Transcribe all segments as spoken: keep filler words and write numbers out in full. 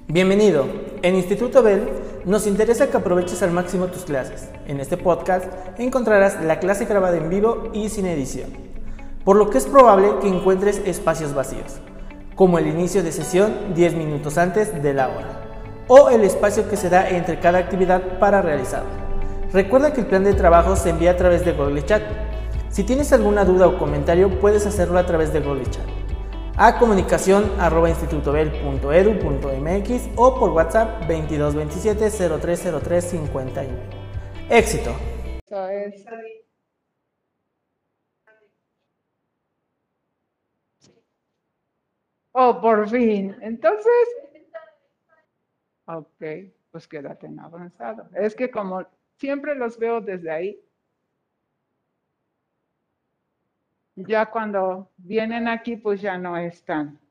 Bienvenido. En Instituto Bell nos interesa que aproveches al máximo tus clases. En este podcast encontrarás la clase grabada en vivo y sin edición, por lo que es probable que encuentres espacios vacíos, como el inicio de sesión diez minutos antes de la hora, o el espacio que se da entre cada actividad para realizarla. Recuerda que el plan de trabajo se envía a través de Google Chat. Si tienes alguna duda o comentario, puedes hacerlo a través de Google Chat a comunicación arroba institutobel punto edu punto mx o por WhatsApp veintidós veintisiete cero tres cero tres cincuenta y uno. ¡Éxito! Eso es. Oh, por fin. Entonces, ok, pues quédate en avanzado. Es que como siempre los veo desde ahí, ya cuando vienen aquí, pues ya no están.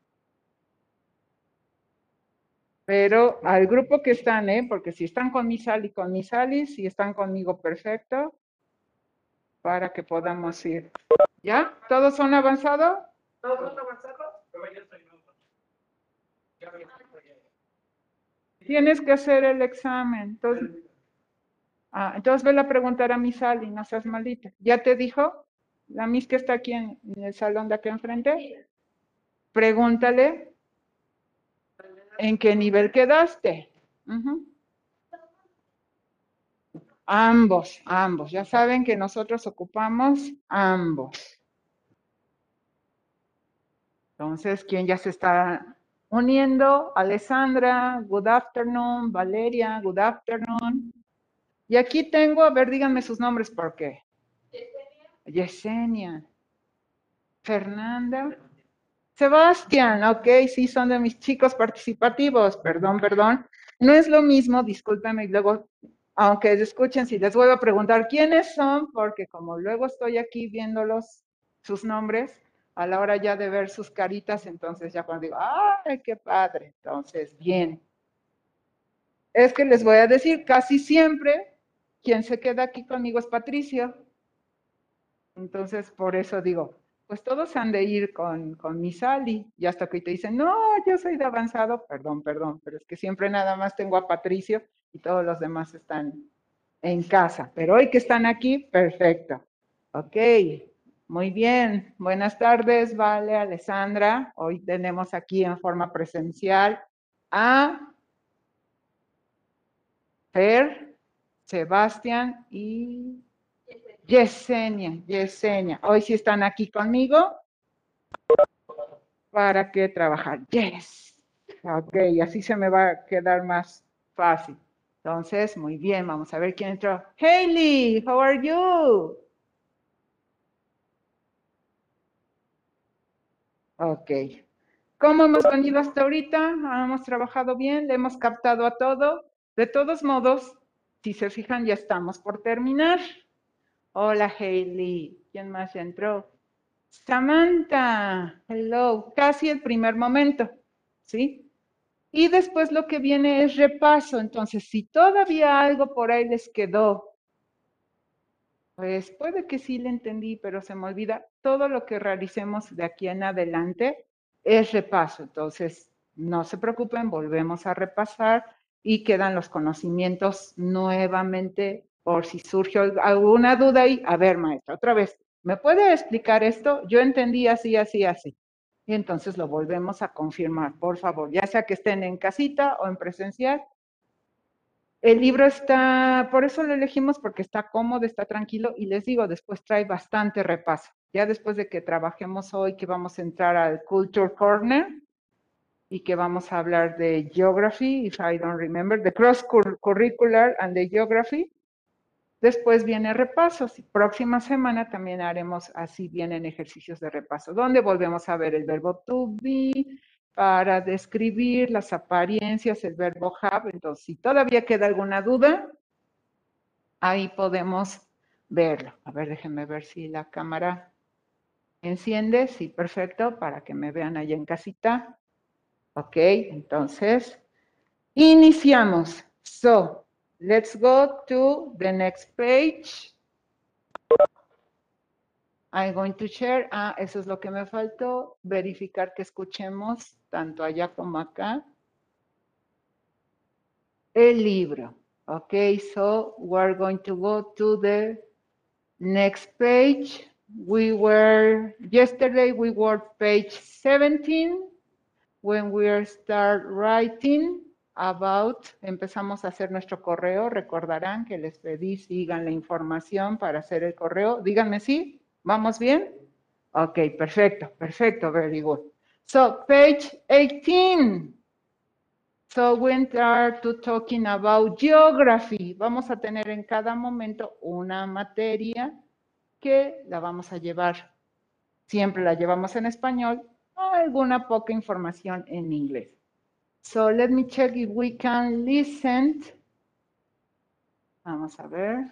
Pero al grupo que están, ¿eh? Porque si están con mi Sally, con mi Sally, si están conmigo, perfecto, para que podamos ir. ¿Ya? ¿Todos son avanzados? ¿Todos son avanzados? Tienes que hacer el examen. Entonces, ah, entonces vele a preguntar a mi Sally, no seas maldita. ¿Ya te dijo? La Miss que está aquí en, en el salón de aquí enfrente. Pregúntale en qué nivel quedaste. Uh-huh. Ambos, ambos. Ya saben que nosotros ocupamos ambos. Entonces, ¿quién ya se está uniendo? Alessandra, good afternoon. Valeria, good afternoon. Y aquí tengo, a ver, díganme sus nombres, ¿por qué? Yesenia. Yesenia. Fernanda. Sebastián, ok, sí, son de mis chicos participativos, perdón, perdón. No es lo mismo, discúlpame, y luego, aunque escuchen, si les vuelvo a preguntar quiénes son, porque como luego estoy aquí viéndolos, sus nombres, a la hora ya de ver sus caritas, entonces ya cuando digo, ¡ay, qué padre! Entonces, bien. Es que les voy a decir, casi siempre, quien se queda aquí conmigo es Patricio. Entonces, por eso digo, pues todos han de ir con, con mi Sally. Y hasta que te dicen, no, yo soy de avanzado, perdón, perdón, pero es que siempre nada más tengo a Patricio y todos los demás están en casa. Pero hoy que están aquí, perfecto. Ok, muy bien. Buenas tardes, Vale, Alessandra. Hoy tenemos aquí en forma presencial a Fer, Sebastián y Yesenia, Yesenia. Hoy sí están aquí conmigo. ¿Para qué trabajar? Yes. Ok, así se me va a quedar más fácil. Entonces, muy bien, vamos a ver quién entró. Hailey, how are you? Ok. ¿Cómo hemos venido hasta ahorita? ¿Hemos trabajado bien? ¿Le hemos captado a todo? De todos modos, si se fijan, ya estamos por terminar. Hola, Hailey. ¿Quién más ya entró? Samantha. Hello. Casi el primer momento. ¿Sí? Y después lo que viene es repaso. Entonces, si todavía algo por ahí les quedó, pues puede que sí le entendí, pero se me olvida. Todo lo que realicemos de aquí en adelante es repaso. Entonces, no se preocupen, volvemos a repasar y quedan los conocimientos nuevamente por si surgió alguna duda ahí. A ver, maestra, otra vez, ¿me puede explicar esto? Yo entendí así, así, así. Y entonces lo volvemos a confirmar, por favor, ya sea que estén en casita o en presencial. El libro está, por eso lo elegimos, porque está cómodo, está tranquilo y les digo, después trae bastante repaso. Ya después de que trabajemos hoy, que vamos a entrar al Culture Corner y que vamos a hablar de Geography, if I don't remember, the Cross Curricular and the Geography. Después viene repasos. Próxima semana también haremos, así vienen ejercicios de repaso, donde volvemos a ver el verbo to be, para describir las apariencias, el verbo have. Entonces, si todavía queda alguna duda, ahí podemos verlo. A ver, déjenme ver si la cámara enciende. Sí, perfecto, para que me vean allá en casita. Ok, entonces, iniciamos. So, let's go to the next page. I'm going to share. Ah, eso es lo que me faltó. Verificar que escuchemos tanto allá como acá. el libro. Okay, so we're going to go to the next page. We were, yesterday we were page seventeen when we start writing about, empezamos a hacer nuestro correo. Recordarán que les pedí sigan la información para hacer el correo. Díganme si, ¿vamos bien? Ok, perfecto, perfecto, very good. So, page eighteen. So, we start to talking about geography. Vamos a tener en cada momento una materia que la vamos a llevar. Siempre la llevamos en español, alguna poca información en inglés. So, let me check if we can listen. Vamos a ver.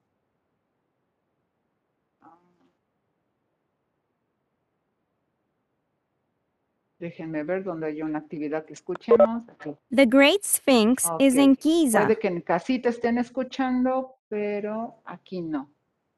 Déjenme ver dónde hay una actividad que escuchemos. The Great Sphinx Okay. is in Giza. Puede que en casita estén escuchando, pero aquí no.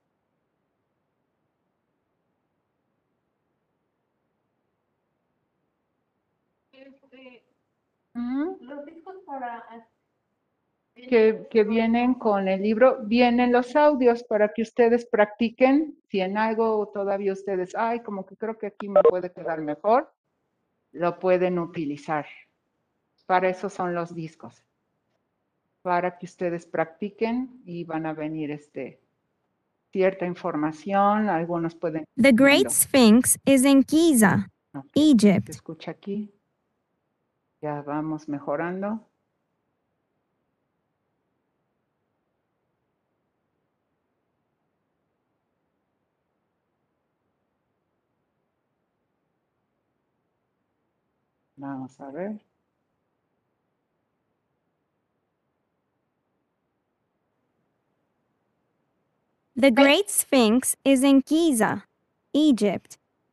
¿Mm? Los discos para... Que, que vienen con el libro, vienen los audios para que ustedes practiquen. Si en algo todavía ustedes, ay, como que creo que aquí me puede quedar mejor, lo pueden utilizar. Para eso son los discos. Para que ustedes practiquen y van a venir este, cierta información. Algunos pueden... The Great Sphinx is in Giza, Okay. Se Egypt. escucha aquí. Ya vamos mejorando. Vamos a ver. The Great Sphinx is in Giza, Egypt.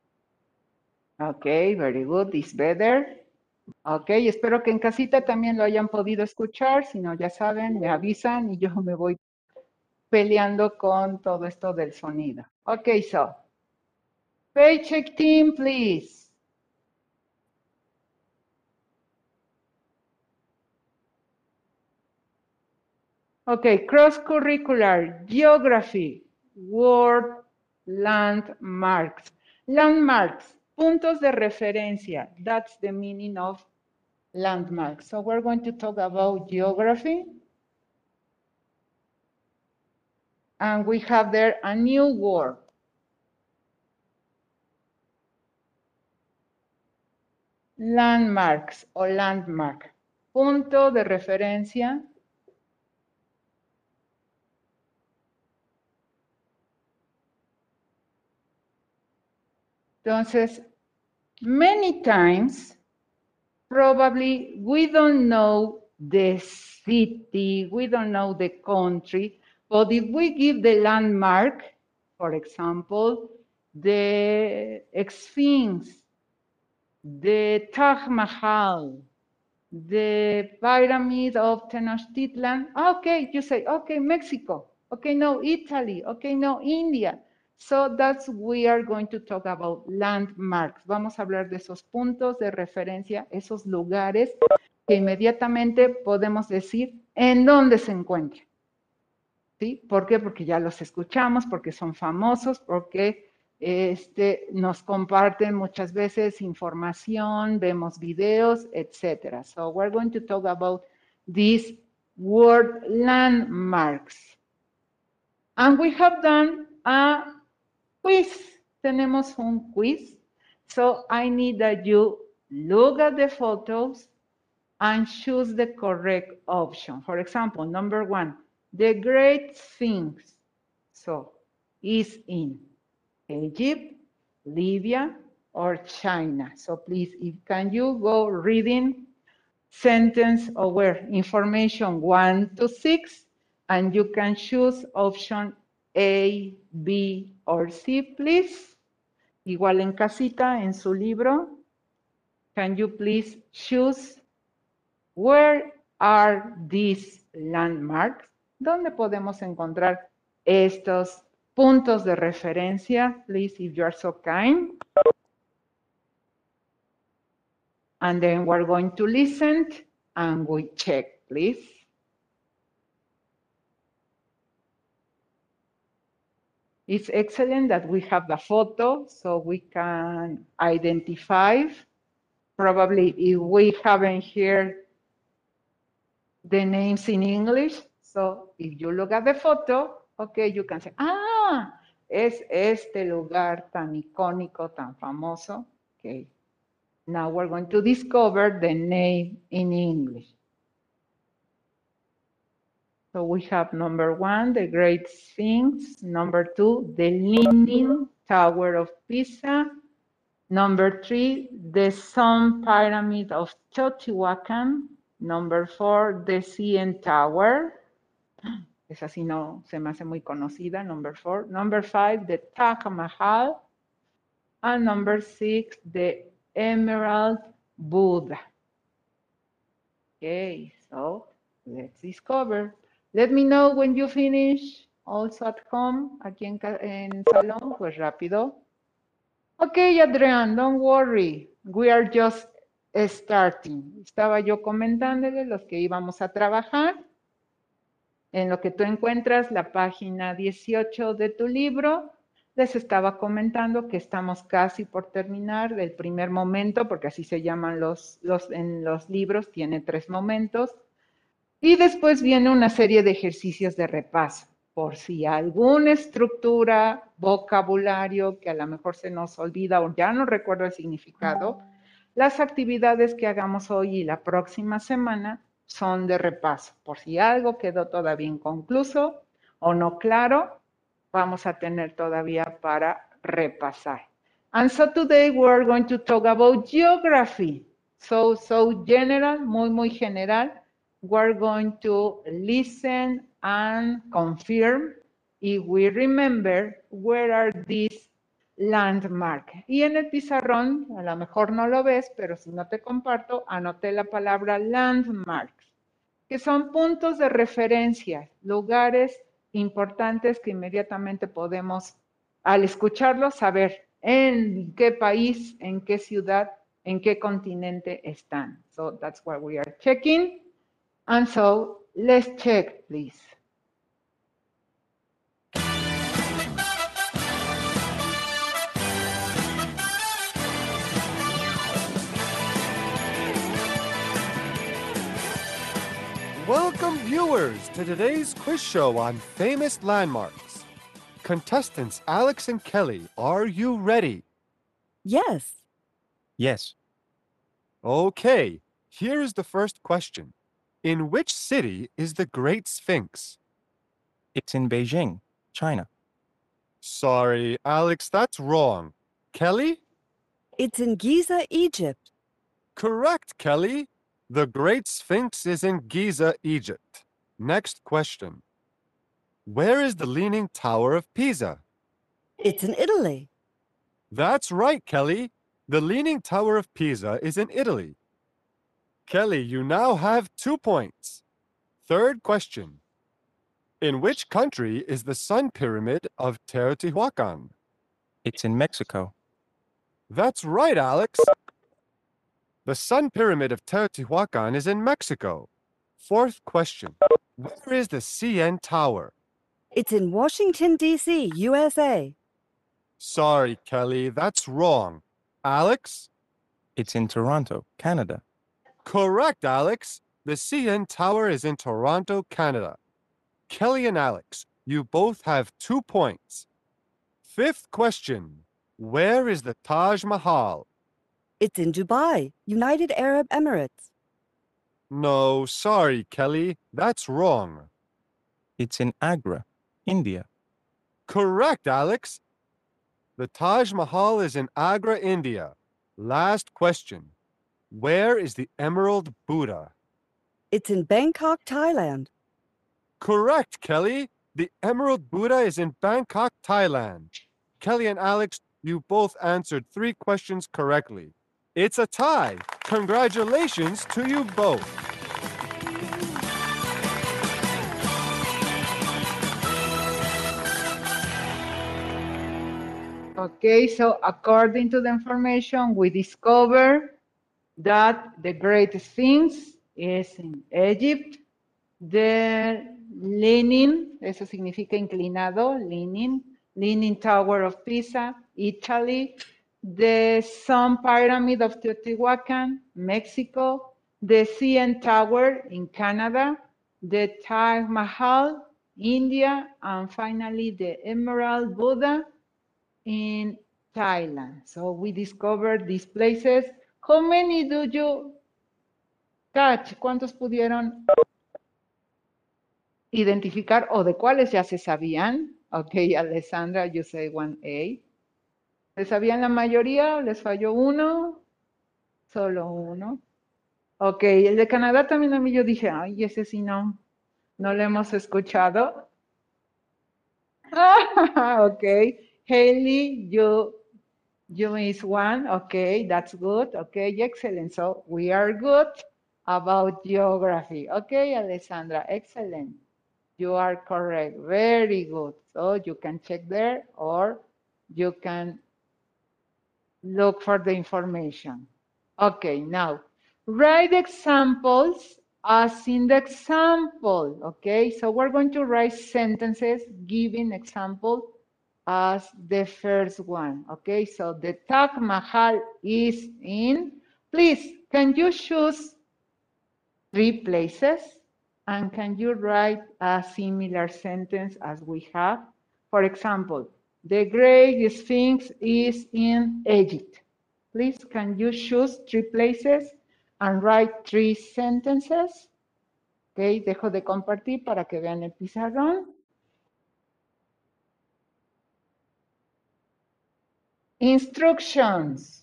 Ok, very good. It's better. Ok, espero que en casita también lo hayan podido escuchar. Si no, ya saben, me avisan y yo me voy peleando con todo esto del sonido. Ok, so. Page eighteen, please. Ok, cross-curricular, geography, world landmarks. Landmarks, puntos de referencia. That's the meaning of landmarks. So we're going to talk about geography. And we have there a new word. Landmarks o landmark. Punto de referencia. Entonces, many times, probably we don't know the city, we don't know the country, but if we give the landmark, for example, the Sphinx, the Taj Mahal, the pyramid of Tenochtitlan, okay, you say, okay, Mexico, okay, no, Italy, okay, no, India. So that's we are going to talk about landmarks. Vamos a hablar de esos puntos de referencia, esos lugares que inmediatamente podemos decir en dónde se encuentran. ¿Sí? ¿Por qué? Porque ya los escuchamos, porque son famosos, porque este, nos comparten muchas veces información, vemos videos, etcétera. So we're going to talk about these word landmarks. And we have done a quiz. Tenemos un quiz. So I need that you look at the photos and choose the correct option. For example, number one, the Great Sphinx. So is in Egypt, Libya, or China. So please, if can you go reading sentence or where information one to six, and you can choose option A, B, or C, please. Igual en casita, en su libro. Can you please choose where are these landmarks? ¿Dónde podemos encontrar estos puntos de referencia? Please, if you are so kind. And then we're going to listen and we check, please. It's excellent that we have the photo so we can identify. Probably if we haven't heard the names in English, so if you look at the photo, okay, you can say, ah, es este lugar tan icónico, tan famoso. Okay, now we're going to discover the name in English. So we have number one, the Great Sphinx. Number two, the Leaning Tower of Pisa. Number three, the Sun Pyramid of Teotihuacan. Number four, the C N Tower. Esa sí no se me hace muy conocida. Number four. Number five, the Taj Mahal. And number six, the Emerald Buddha. Okay, so let's discover. Let me know when you finish, also at home, aquí en, en salón, pues rápido. Okay, Adrián, don't worry. We are just starting. Estaba yo comentándole los que íbamos a trabajar. En lo que tú encuentras la página dieciocho de tu libro, les estaba comentando que estamos casi por terminar el primer momento, porque así se llaman los, los en los libros, tiene tres momentos. Y después viene una serie de ejercicios de repaso, por si alguna estructura, vocabulario que a lo mejor se nos olvida o ya no recuerdo el significado, las actividades que hagamos hoy y la próxima semana son de repaso. Por si algo quedó todavía inconcluso o no claro, vamos a tener todavía para repasar. And so today we're going to talk about geography. So, so general, muy, muy general. We're going to listen and confirm if we remember where are these landmarks. Y en el pizarrón, a lo mejor no lo ves, pero si no te comparto, anoté la palabra landmarks, que son puntos de referencia, lugares importantes que inmediatamente podemos, al escucharlos, saber en qué país, en qué ciudad, en qué continente están. So that's what we are checking. And so let's check, please. Welcome, viewers, to today's quiz show on famous landmarks. Contestants Alex and Kelly, are you ready? Yes. Yes. Okay, here is the first question. In which city is the Great Sphinx? It's in Beijing, China. Sorry, Alex, that's wrong. Kelly? It's in Giza, Egypt. Correct, Kelly. The Great Sphinx is in Giza, Egypt. Next question. Where is the Leaning Tower of Pisa? It's in Italy. That's right, Kelly. The Leaning Tower of Pisa is in Italy. Kelly, you now have two points. Third question. In which country is the Sun Pyramid of Teotihuacan? It's in Mexico. That's right, Alex. The Sun Pyramid of Teotihuacan is in Mexico. Fourth question. Where is the C N Tower? It's in Washington, D C, U S A. Sorry, Kelly, that's wrong. Alex? It's in Toronto, Canada. Correct, Alex. The C N Tower is in Toronto, Canada. Kelly and Alex, you both have two points. Fifth question. Where is the Taj Mahal? It's in Dubai, United Arab Emirates. No, sorry, Kelly. That's wrong. It's in Agra, India. Correct, Alex. The Taj Mahal is in Agra, India. Last question. Where is the Emerald Buddha? It's in Bangkok, Thailand. Correct, Kelly. The Emerald Buddha is in Bangkok, Thailand. Kelly and Alex, you both answered three questions correctly. It's a tie. Congratulations to you both. Okay, so according to the information, we discovered that the Great Sphinx is in Egypt. The Leaning, eso significa inclinado, leaning, Leaning Tower of Pisa, Italy, the Sun Pyramid of Teotihuacan, Mexico, the C N Tower in Canada, the Taj Mahal, India, and finally the Emerald Buddha in Thailand. So we discovered these places. How many do you catch? ¿Cuántos pudieron identificar o de cuáles ya se sabían? Ok, Alessandra, you say one A. ¿Les sabían la mayoría o les falló uno? Solo uno. Ok, el de Canadá también a mí yo dije, ay, ese sí no, no lo hemos escuchado. Ok, Haley, you, you miss one. Okay, that's good. Okay, excellent. So we are good about geography. Okay, Alessandra, excellent. You are correct. Very good. So you can check there or you can look for the information. Okay, now write examples as in the example. Okay, so we're going to write sentences giving example as the first one. Okay, so the Taj Mahal is in. Please, can you choose three places? And can you write a similar sentence as we have? For example, the Great Sphinx is in Egypt. Please, can you choose three places and write three sentences? Ok, dejo de compartir para que vean el pizarrón. Instructions.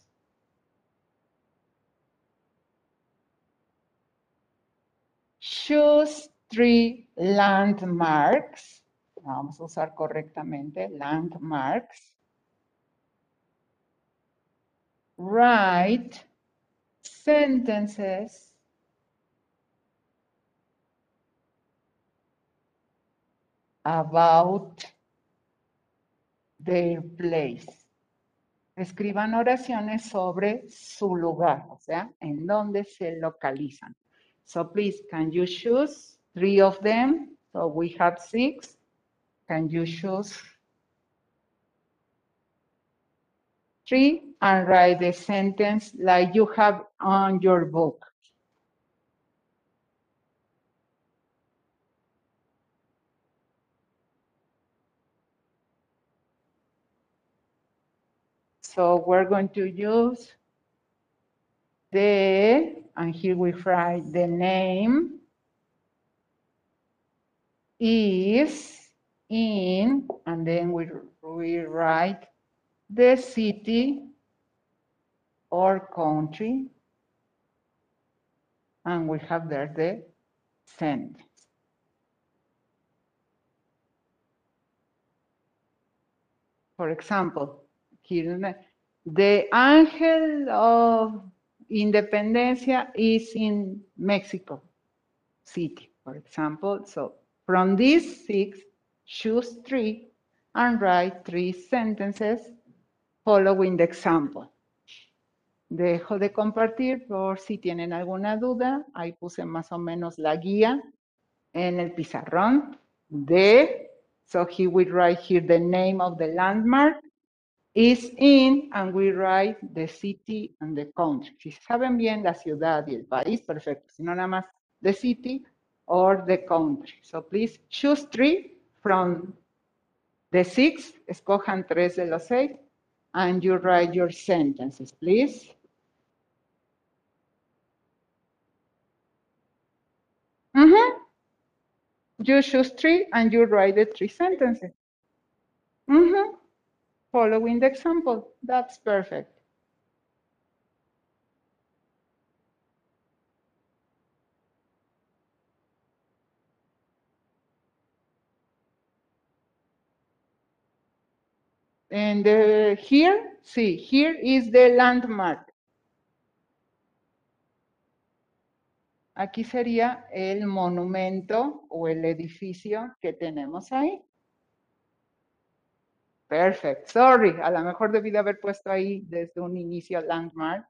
Choose three landmarks. Vamos a usar correctamente landmarks. Write sentences about their place. Escriban oraciones sobre su lugar, o sea, en dónde se localizan. So please, can you choose three of them? So we have six. Can you choose three and write the sentence like you have on your book? So we're going to use the, and here we write the name is in, and then we, we write the city or country, and we have there the sentence. For example, here, the Angel of Independencia is in Mexico City, for example. So from these six, choose three and write three sentences following the example. Dejo de compartir por si tienen alguna duda. Ahí puse más o menos la guía en el pizarrón de, so he will write here the name of the landmark is in, and we write the city and the country. Si saben bien la ciudad y el país, perfecto. Si no, nada más the city or the country. So please choose three from the six. Escojan tres de los seis. And you write your sentences, please. Mm-hmm. You choose three and you write the three sentences. Mm-hmm. Following the example. That's perfect. And uh, here, see, here is the landmark. Aquí sería el monumento o el edificio que tenemos ahí. Perfect. Sorry, a lo mejor debí de haber puesto ahí desde un inicio landmark.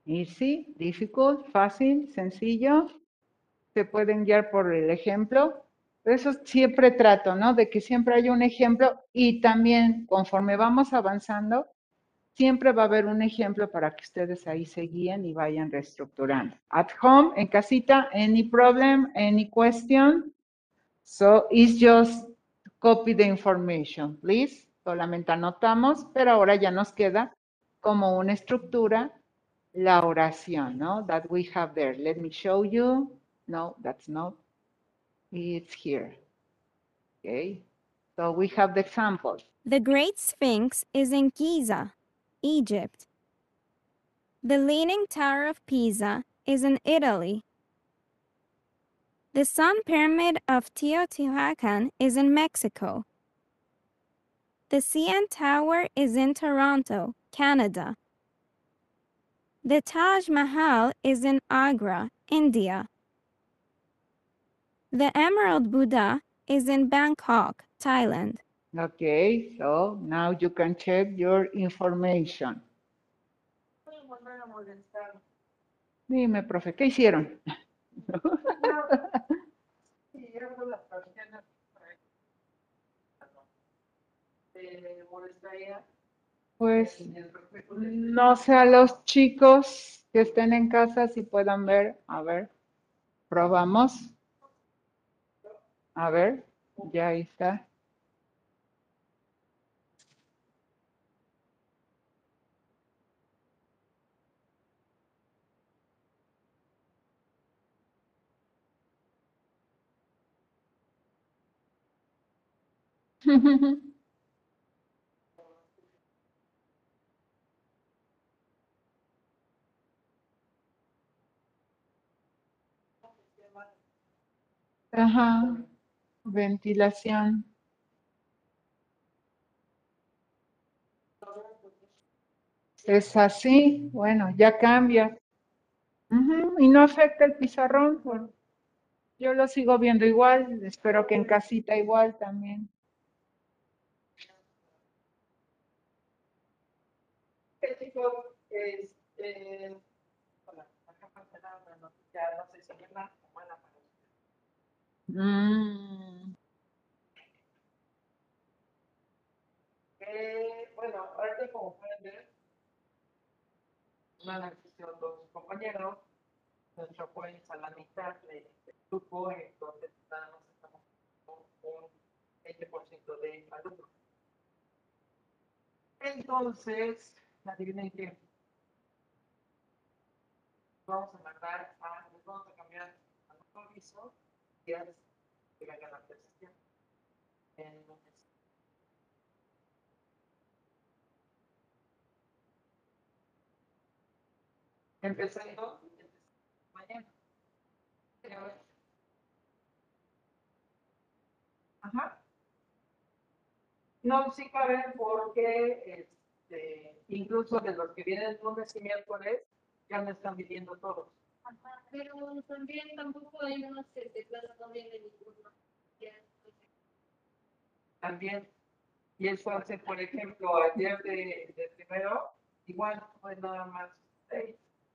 Easy, difficult, fácil, sencillo. Se pueden guiar por el ejemplo. Eso siempre trato, ¿no? De que siempre haya un ejemplo y también conforme vamos avanzando, siempre va a haber un ejemplo para que ustedes ahí se guíen y vayan reestructurando. At home, en casita, any problem, any question. So it's just copy the information, please. Solamente anotamos, pero ahora ya nos queda como una estructura la oración, ¿no? That we have there. Let me show you. No, that's not. It's here. Okay. So we have the examples. The Great Sphinx is in Giza, Egypt. The Leaning Tower of Pisa is in Italy. The Sun Pyramid of Teotihuacan is in Mexico. The C N Tower is in Toronto, Canada. The Taj Mahal is in Agra, India. The Emerald Buddha is in Bangkok, Thailand. Okay, so now you can check your information. Dime, profe, ¿qué hicieron? Pues no sé a los chicos que estén en casa si puedan ver. A ver, probamos. A ver, ya ahí está. Ajá, ventilación. Es así, bueno, ya cambia. Ujú, y no afecta el pizarrón, pues, yo lo sigo viendo igual, espero que en casita igual también. Mm, Eh, bueno, ahorita como pueden ver, una decisión dos compañeros, nuestro juez a la mitad del grupo, entonces nada más estamos con un veinte por ciento de alumnos. Entonces, adivinen qué, vamos a mandar a, les vamos a cambiar a nuestro aviso y a que vengan a la sesión. Entonces, empezando mañana. Ajá. No, sí caben porque este, incluso de los que vienen lunes y miércoles ya me están viviendo todos. Ajá, pero también tampoco hay unos que de plano no vienen ninguno. Ya, pues, También. Y eso hace, por ejemplo, ayer de, de primero, igual fue nada más seis.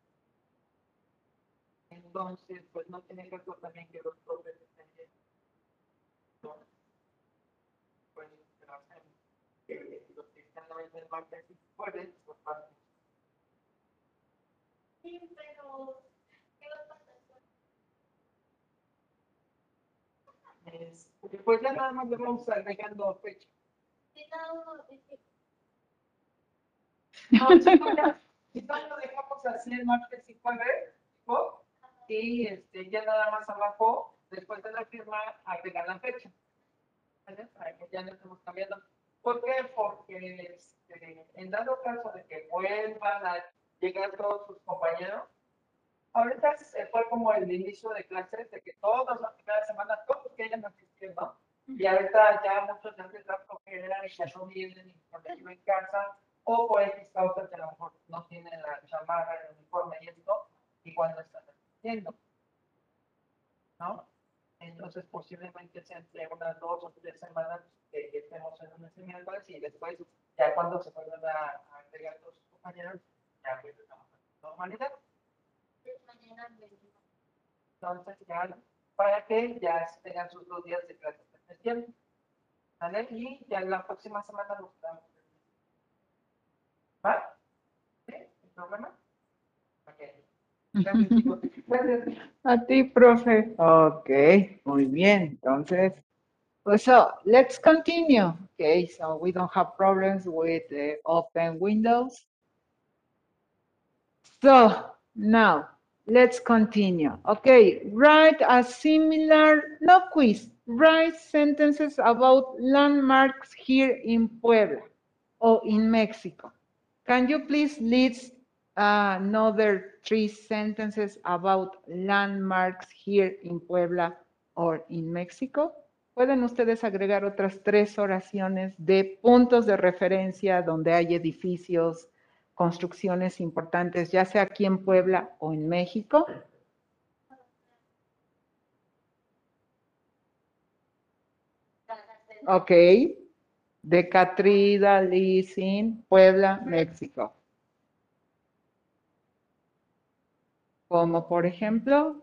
Entonces, pues no tiene caso también que los profes estén bien. ¿No? Pues pero hacen que los que están a veces martes y jueves, pues pasen. sí, pero ¿qué va a pasar? Es- Pues ya nada más le vamos agregando fecha. Si no, dice, No, chicos, ya, si no lo dejamos así el martes y jueves, ¿no? Y este, ya nada más abajo, después de la firma, agregar la fecha. ¿Vale? Para que ya no estemos cambiando. ¿Por qué? Porque este, en dado caso de que vuelvan a llegar todos sus compañeros, ahorita se fue como el inicio de clases, de que todos la primera semana, todos que hayan asistido, ¿no? Y ahorita ya muchos ya les da flojera y ya no vienen y porque viven en casa, o por X causas que a lo mejor no tienen la chamarra, el uniforme y esto, igual no están asistiendo, ¿no? Entonces posiblemente sea entre unas dos o tres semanas que, que estemos en unas miércoles y después, ya cuando se vuelvan a, a agregar todos sus compañeros, ya pues estamos en normalidad. mañana me dijo. Entonces, ya, para que ya tengan sus dos días de clase presencial. ¿Vale? Y ya la próxima semana nos damos. ¿Va? ¿Sí? ¿Sin problema? Ok. Gracias, chicos. Gracias. A ti, profe. Ok, muy bien. Entonces, so let's continue. Okay, so we don't have problems with the open windows. So now let's continue. Okay, write a similar, no quiz, write sentences about landmarks here in Puebla or in Mexico. Can you please list uh, another three sentences about landmarks here in Puebla or in Mexico? Pueden ustedes agregar otras tres oraciones de puntos de referencia donde hay edificios, construcciones importantes, ya sea aquí en Puebla o en México. Ok. De Catrida, Lizin, Puebla, México. Como por ejemplo.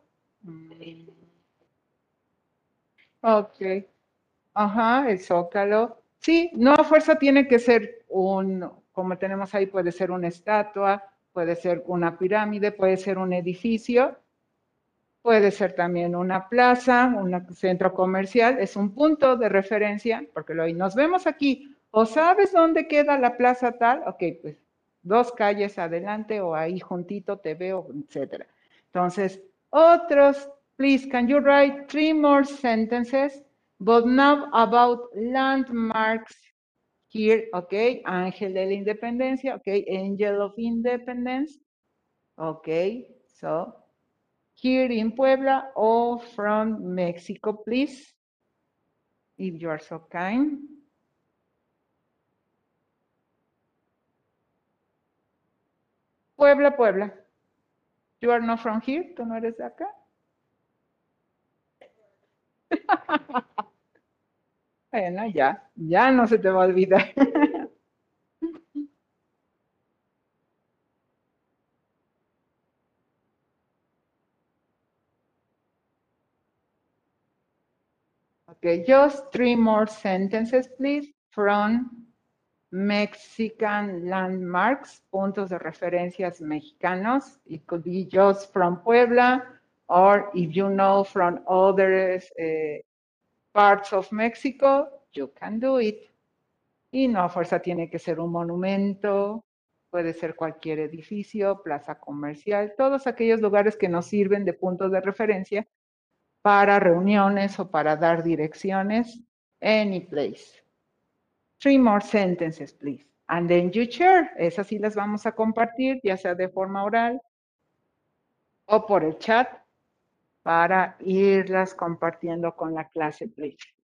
Ok. Ajá, el Zócalo. Sí, no a fuerza tiene que ser un, como tenemos ahí, puede ser una estatua, puede ser una pirámide, puede ser un edificio, puede ser también una plaza, un centro comercial, es un punto de referencia, porque lo, nos vemos aquí, o sabes dónde queda la plaza tal, ok, pues dos calles adelante o ahí juntito te veo, etcétera. Entonces, otros, please, can you write three more sentences, but now about landmarks here, okay, Ángel de la Independencia, okay, Angel of Independence, okay, so, here in Puebla or from Mexico, please, if you are so kind. Puebla, Puebla. You are not from here, ¿tú no eres de acá? Bueno, ya, ya no se te va a olvidar. Okay, just three more sentences, please, from Mexican landmarks, puntos de referencias mexicanos. It could be just from Puebla, or if you know from other uh, parts of Mexico, you can do it. Y no a fuerza tiene que ser un monumento, puede ser cualquier edificio, plaza comercial, todos aquellos lugares que nos sirven de puntos de referencia para reuniones o para dar direcciones, any place. Three more sentences, please. And then you share. Esas sí las vamos a compartir, ya sea de forma oral o por el chat, para irlas compartiendo con la clase, please.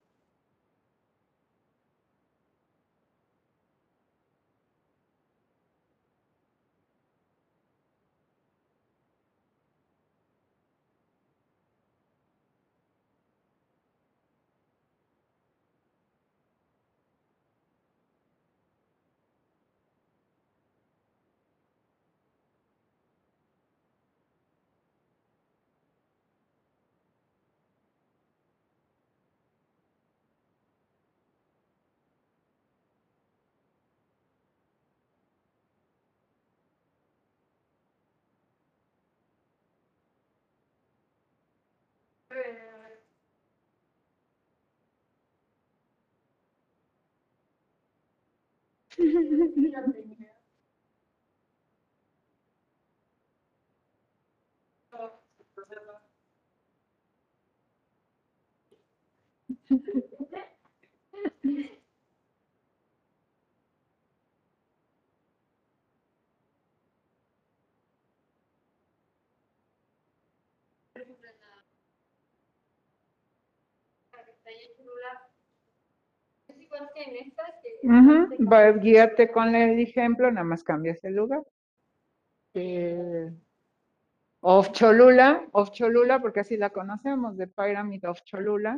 Es igual que en estas. Que Uh-huh. Va, guíate con el ejemplo, nada más cambias el lugar. Eh, of Cholula, of Cholula, porque así la conocemos, the Pyramid of Cholula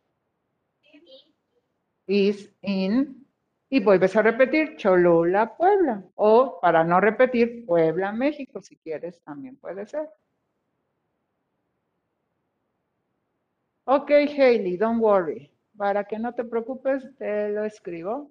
is in, y vuelves a repetir, Cholula, Puebla, o para no repetir, Puebla, México, si quieres, también puede ser. Ok, Hailey, don't worry. Para que no te preocupes, te lo escribo.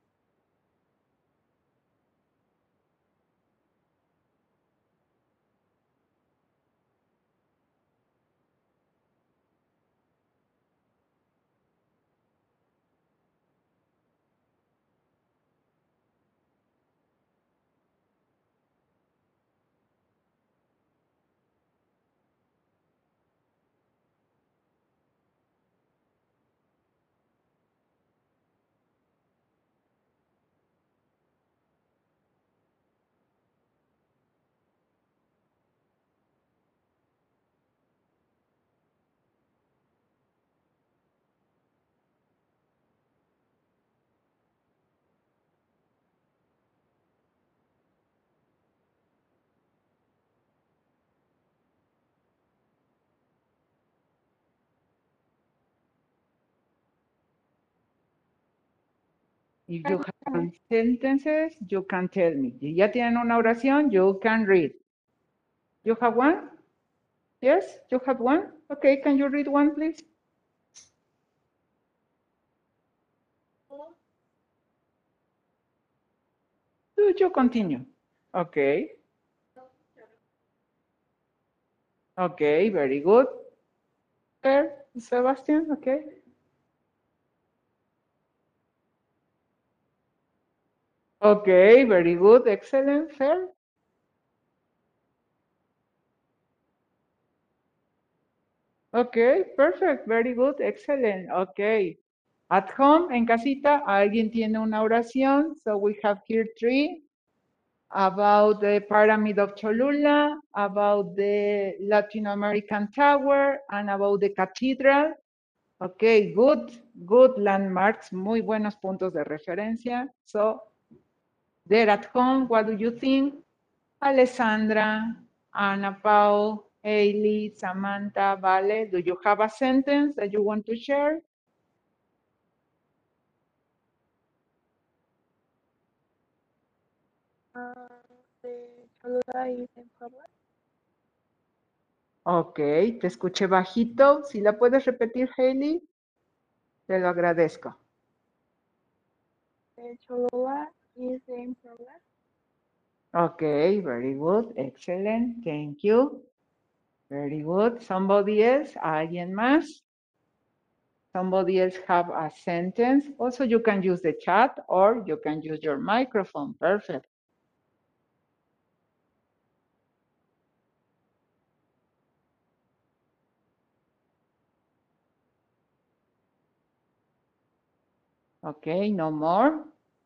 If you have sentences, you can tell me. Si ya tienen una oración, you can read. You have one? Yes, you have one? Okay, can you read one, please? Do you continue? Okay. Okay, very good. Fair, Sebastian, okay. Okay, very good, excellent, fair. Okay, perfect, very good, excellent, okay. At home, en casita, alguien tiene una oración, so we have here three. About the Pyramid of Cholula, about the Latin American Tower, and about the Cathedral. Okay, good, good landmarks, muy buenos puntos de referencia. So, there at home, what do you think? Alessandra, Ana Pau, Hailey, Samantha, Vale, do you have a sentence that you want to share? Ok, te escuché bajito. Si la puedes repetir, Hailey, te lo agradezco. Cholula is in progress. Okay, very good, excellent, thank you. Very good. Somebody else, alguien más? Somebody else have a sentence? Also, you can use the chat or you can use your microphone. Perfect. Okay, no more.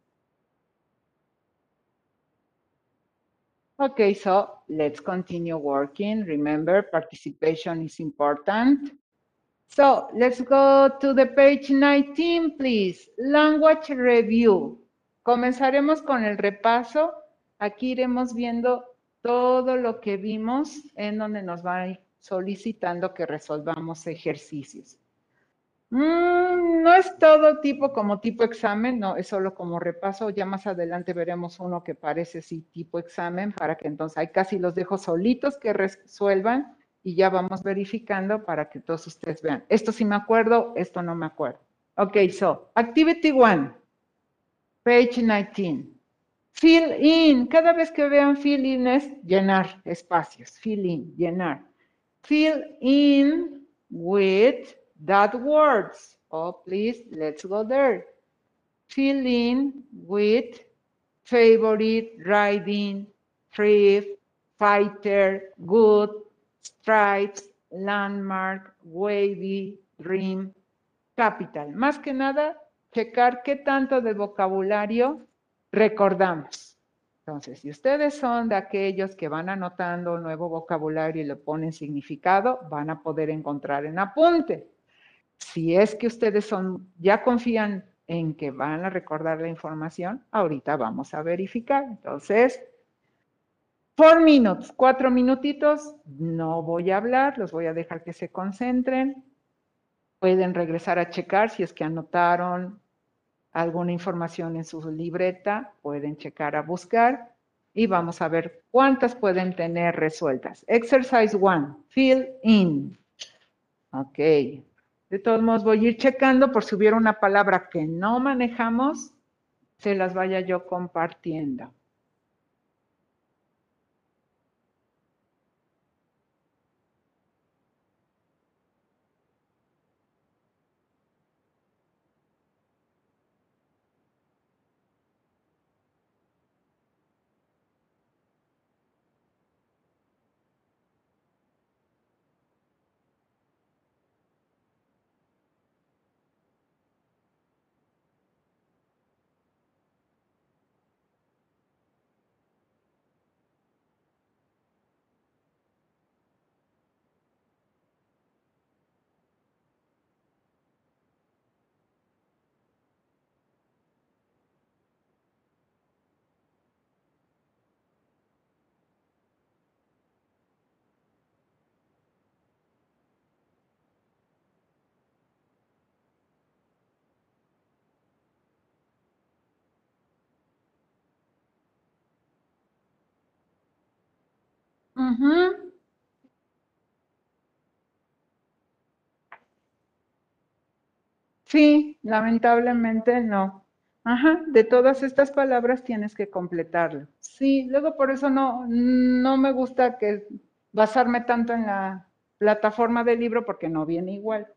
Okay, so let's continue working. Remember, participation is important. So let's go to the page nineteen, please. Language review. Comenzaremos con el repaso. Aquí iremos viendo todo lo que vimos en donde nos va a ir solicitando que resolvamos ejercicios. Mm, no es todo tipo como tipo examen, no, es solo como repaso. Ya más adelante veremos uno que parece sí tipo examen para que entonces ahí casi los dejo solitos que resuelvan y ya vamos verificando para que todos ustedes vean. Esto sí me acuerdo, esto no me acuerdo. Ok, so, activity one, page nineteen. Fill in, cada vez que vean fill in es llenar espacios, fill in, llenar. Fill in with that words. Oh, please, let's go there. Fill in with favorite, riding, thrift, fighter, good, stripes, landmark, wavy, dream, capital. Más que nada, checar qué tanto de vocabulario recordamos. Entonces, si ustedes son de aquellos que van anotando nuevo vocabulario y le ponen significado, van a poder encontrar en apunte. Si es que ustedes son, ya confían en que van a recordar la información, ahorita vamos a verificar. Entonces, four minutes, cuatro minutitos, no voy a hablar, los voy a dejar que se concentren. Pueden regresar a checar si es que anotaron alguna información en su libreta, pueden checar a buscar y vamos a ver cuántas pueden tener resueltas. Exercise one, fill in. Ok. De todos modos, voy a ir checando por si hubiera una palabra que no manejamos, se las vaya yo compartiendo. Ujú. Sí, lamentablemente no. Ajá, de todas estas palabras tienes que completarlo. Sí, luego por eso no, no me gusta que basarme tanto en la plataforma del libro porque no viene igual.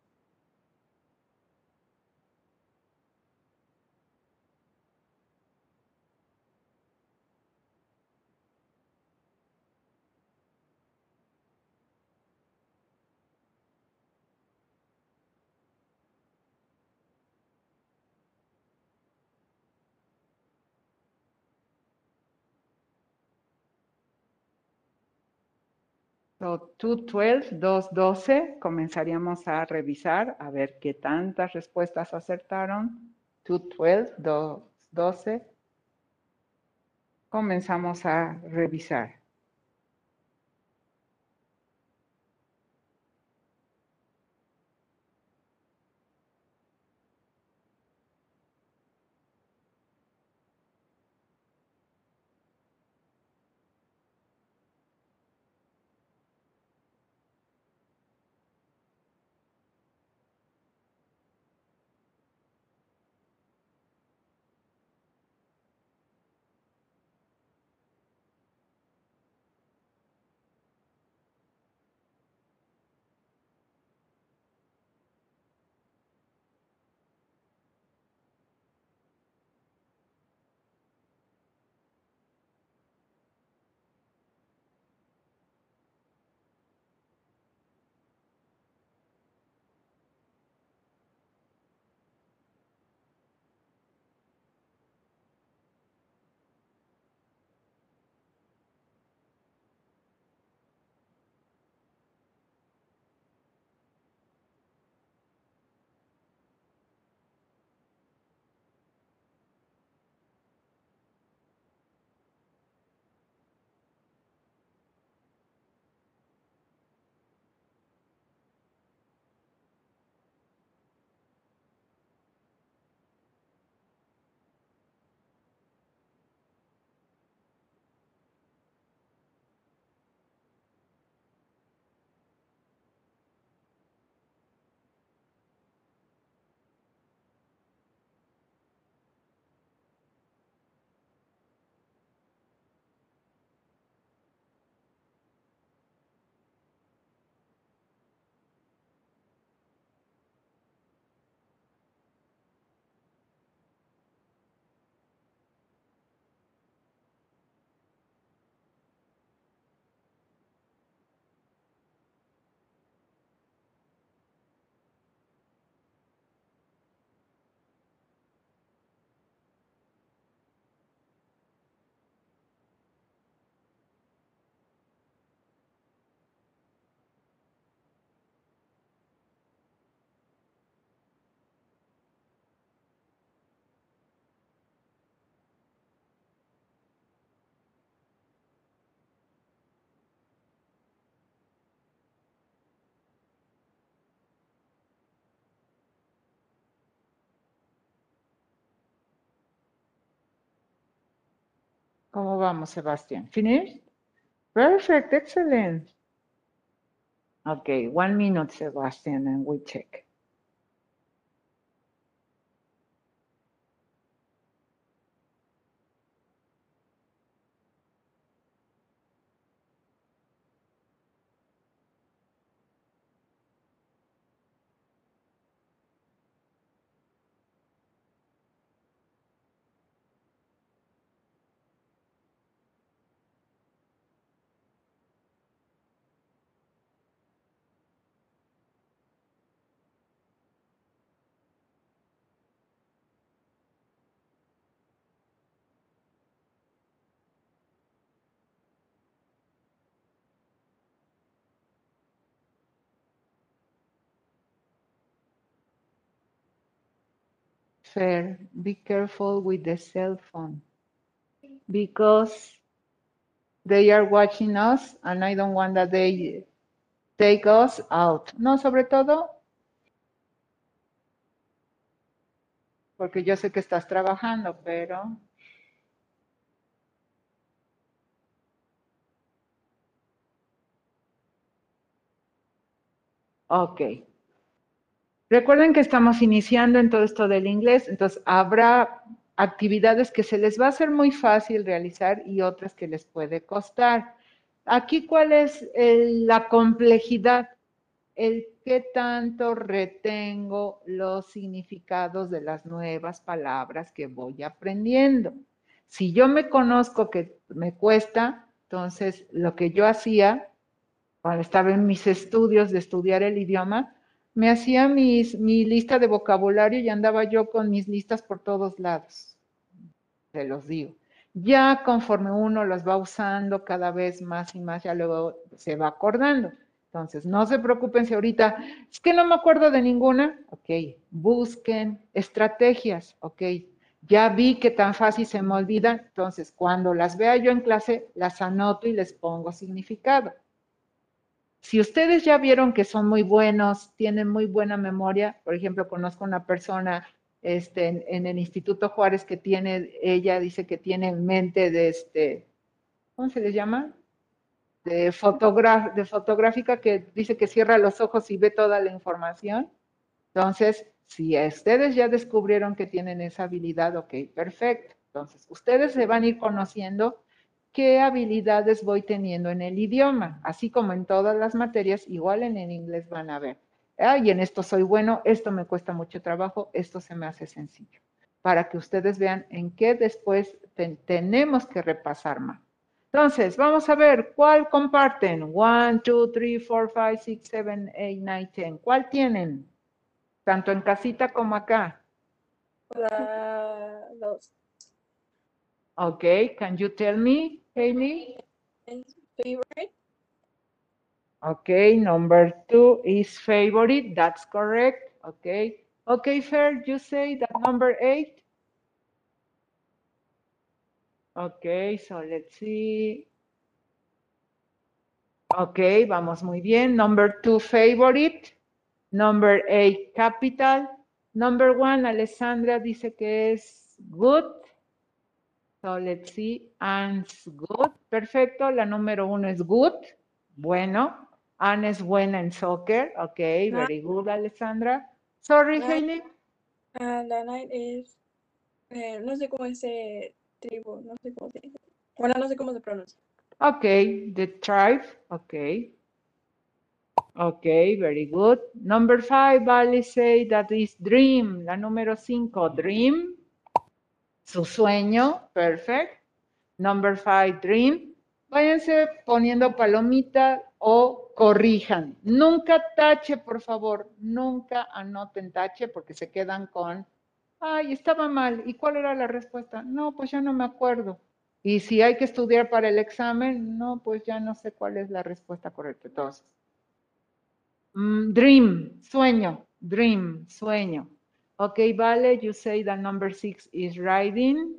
So, dos doce, dos doce, comenzaríamos a revisar a ver qué tantas respuestas acertaron. dos doce, dos doce. Comenzamos a revisar. ¿Cómo vamos, Sebastián? Finished? Perfect, excellent. Okay, one minute, Sebastian, and we check. Fair, be careful with the cell phone because they are watching us and I don't want that they take us out. No, sobre todo porque yo sé que estás trabajando, pero ok. Recuerden que estamos iniciando en todo esto del inglés, entonces habrá actividades que se les va a hacer muy fácil realizar y otras que les puede costar. Aquí, ¿cuál es el- la complejidad? El qué tanto retengo los significados de las nuevas palabras que voy aprendiendo. Si yo me conozco que me cuesta, entonces lo que yo hacía cuando estaba en mis estudios de estudiar el idioma, me hacía mis, mi lista de vocabulario y andaba yo con mis listas por todos lados. Se los digo. Ya conforme uno los va usando cada vez más y más, ya luego se va acordando. Entonces, no se preocupen si ahorita, es que no me acuerdo de ninguna. Ok, busquen estrategias. Ok, ya vi que tan fácil se me olvida. Entonces, cuando las vea yo en clase, las anoto y les pongo significado. Si ustedes ya vieron que son muy buenos, tienen muy buena memoria, por ejemplo, conozco una persona este, en, en el Instituto Juárez que tiene, ella dice que tiene mente de este, ¿cómo se les llama? De, fotogra de fotográfica, que dice que cierra los ojos y ve toda la información. Entonces, si ustedes ya descubrieron que tienen esa habilidad, ok, perfecto. Entonces, ustedes se van a ir conociendo qué habilidades voy teniendo en el idioma, así como en todas las materias, igual en el inglés van a ver. Ah, y en esto soy bueno, esto me cuesta mucho trabajo, esto se me hace sencillo, para que ustedes vean en qué después ten tenemos que repasar más. Entonces, vamos a ver, ¿cuál comparten? one, two, three, four, five, six, seven, eight, nine, ten. ¿Cuál tienen? Tanto en casita como acá. La dos. Okay, can you tell me, Hailey? Favorite. Okay, number two is favorite. That's correct. Okay. Okay, Fer, you say that number eight? Okay, so let's see. Okay, vamos muy bien. Number two, favorite. Number eight, capital. Number one, Alessandra dice que es good. So let's see. Anne's good. Perfecto. La número uno es good. Bueno. Anne es buena en soccer. Okay, No. very good, Alessandra. Sorry, Night. Hailey. Uh, la night es, eh, no sé cómo es eh, tribu, no sé cómo se dice. Bueno, no sé cómo se pronuncia. Okay, the tribe. Okay. Okay, very good. Number five, Vale say that is dream. La número cinco, dream. Su sueño. Perfect. Number five, dream. Váyanse poniendo palomita o corrijan. Nunca tache, por favor. Nunca anoten tache porque se quedan con, ay, estaba mal. ¿Y cuál era la respuesta? No, pues ya no me acuerdo. Y si hay que estudiar para el examen, no, pues ya no sé cuál es la respuesta correcta. Entonces, mm, dream, sueño, dream, sueño. Okay, Vale, you say that number six is riding.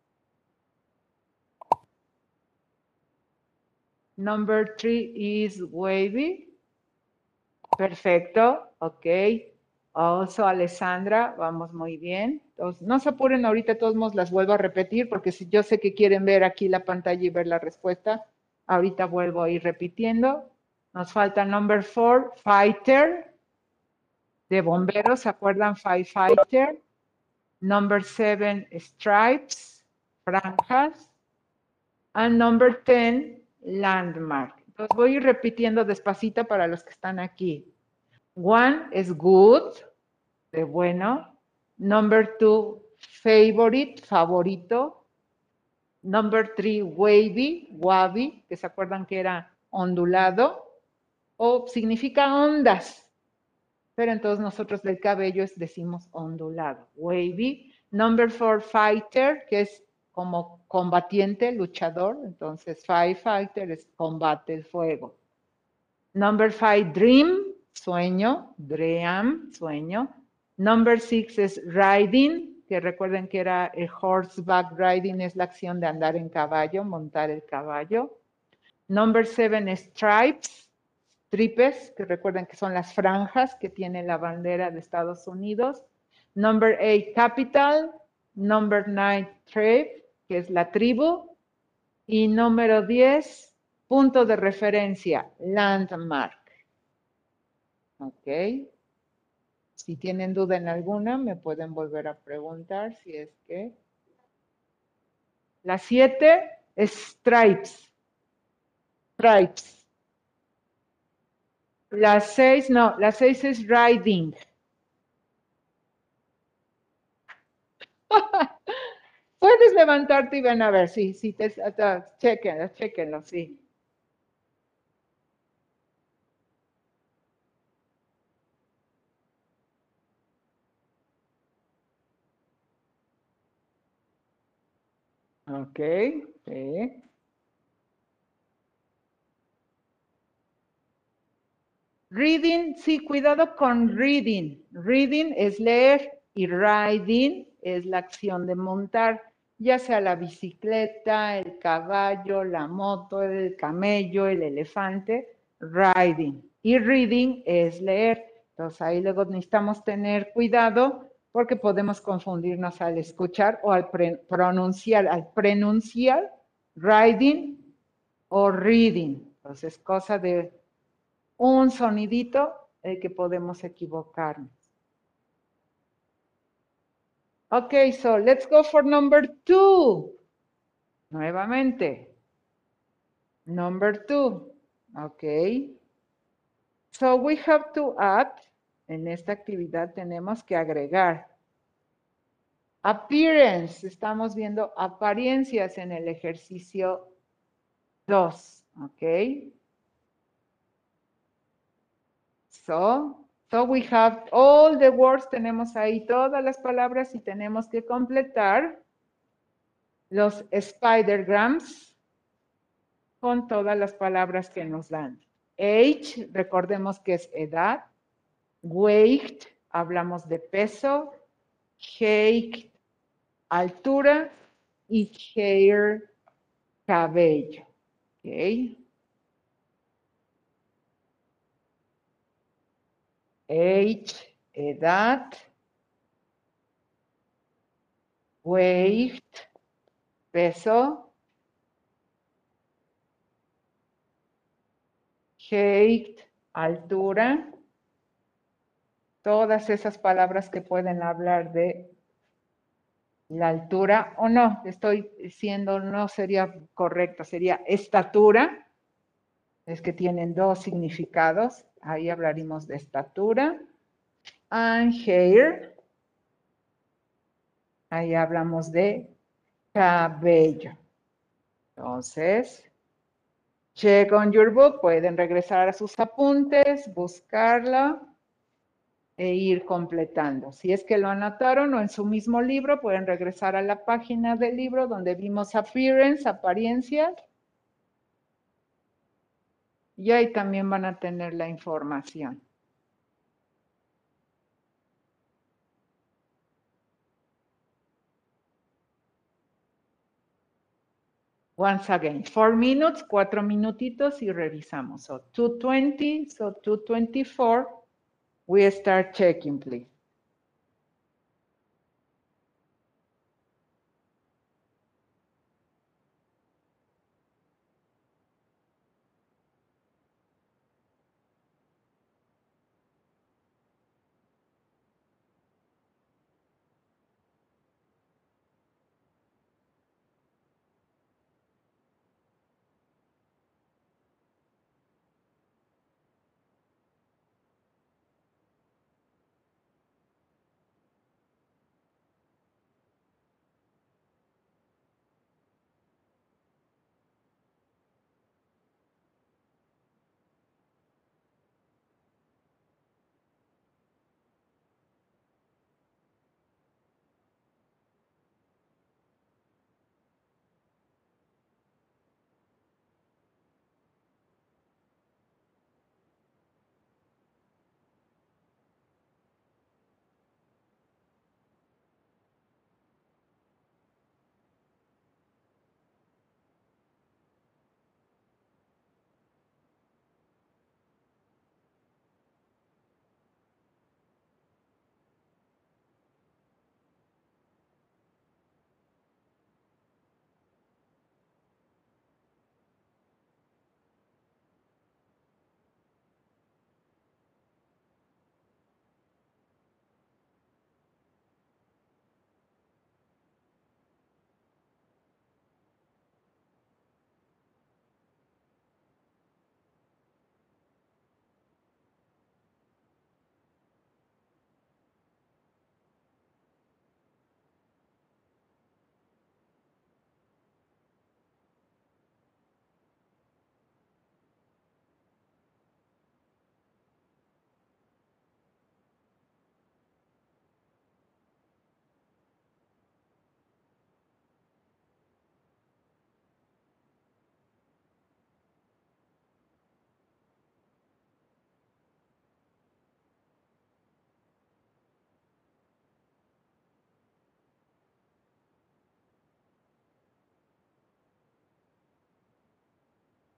Number three is wavy. Perfecto, ok. Also, Alessandra, vamos muy bien. Entonces, no se apuren ahorita, de todos modos las vuelvo a repetir, porque si yo sé que quieren ver aquí la pantalla y ver la respuesta, ahorita vuelvo a ir repitiendo. Nos falta number four, fighter. De bomberos, ¿se acuerdan? Firefighter. Number seven, stripes, franjas. And number ten, landmark. Entonces voy a ir repitiendo despacito para los que están aquí. One es good, de bueno. Number two, favorite, favorito. Number three, wavy, wavy, que se acuerdan que era ondulado. O significa ondas. Pero entonces nosotros del cabello es, decimos ondulado, wavy. Number four, fighter, que es como combatiente, luchador. Entonces, firefighter es combate el fuego. Number five, dream, sueño, dream, sueño. Number six es riding, que recuerden que era el horseback riding, es la acción de andar en caballo, montar el caballo. Number seven es stripes, stripes, que recuerden que son las franjas que tiene la bandera de Estados Unidos. Number eight, capital. Number nine, tribe, que es la tribu. Y número diez, punto de referencia, landmark. Ok. Si tienen duda en alguna, me pueden volver a preguntar si es que... La siete es stripes. Stripes. La seis, no, la seis es riding. Puedes levantarte y ven a ver, sí, sí, te, te, chequenlo, chequenlo, sí. Ok, sí. Reading, sí, cuidado con reading. Reading es leer y riding es la acción de montar, ya sea la bicicleta, el caballo, la moto, el camello, el elefante, riding. Y reading es leer. Entonces ahí luego necesitamos tener cuidado porque podemos confundirnos al escuchar o al pronunciar, al pronunciar, riding o reading. Entonces, cosa de un sonidito el que podemos equivocarnos. Okay, so let's go for number two. Nuevamente. Number two. Okay. So we have to add, en esta actividad tenemos que agregar. Appearance, estamos viendo apariencias en el ejercicio dos. Okay. So, so we have all the words, tenemos ahí todas las palabras y tenemos que completar los spidergrams con todas las palabras que nos dan. Age, recordemos que es edad. Weight, hablamos de peso. Height, altura. Y hair, cabello. Okay. Age, edad. Weight, peso. Height, altura. Todas esas palabras que pueden hablar de la altura, o no, estoy diciendo, no sería correcto, sería estatura. Es que tienen dos significados. Ahí hablaremos de estatura. And hair. Ahí hablamos de cabello. Entonces, check on your book. Pueden regresar a sus apuntes, buscarlo e ir completando. Si es que lo anotaron o en su mismo libro, pueden regresar a la página del libro donde vimos appearance, apariencias. Y ahí también van a tener la información. Once again, four minutes, cuatro minutitos y revisamos. So two twenty, so two twenty-four, we start checking, please.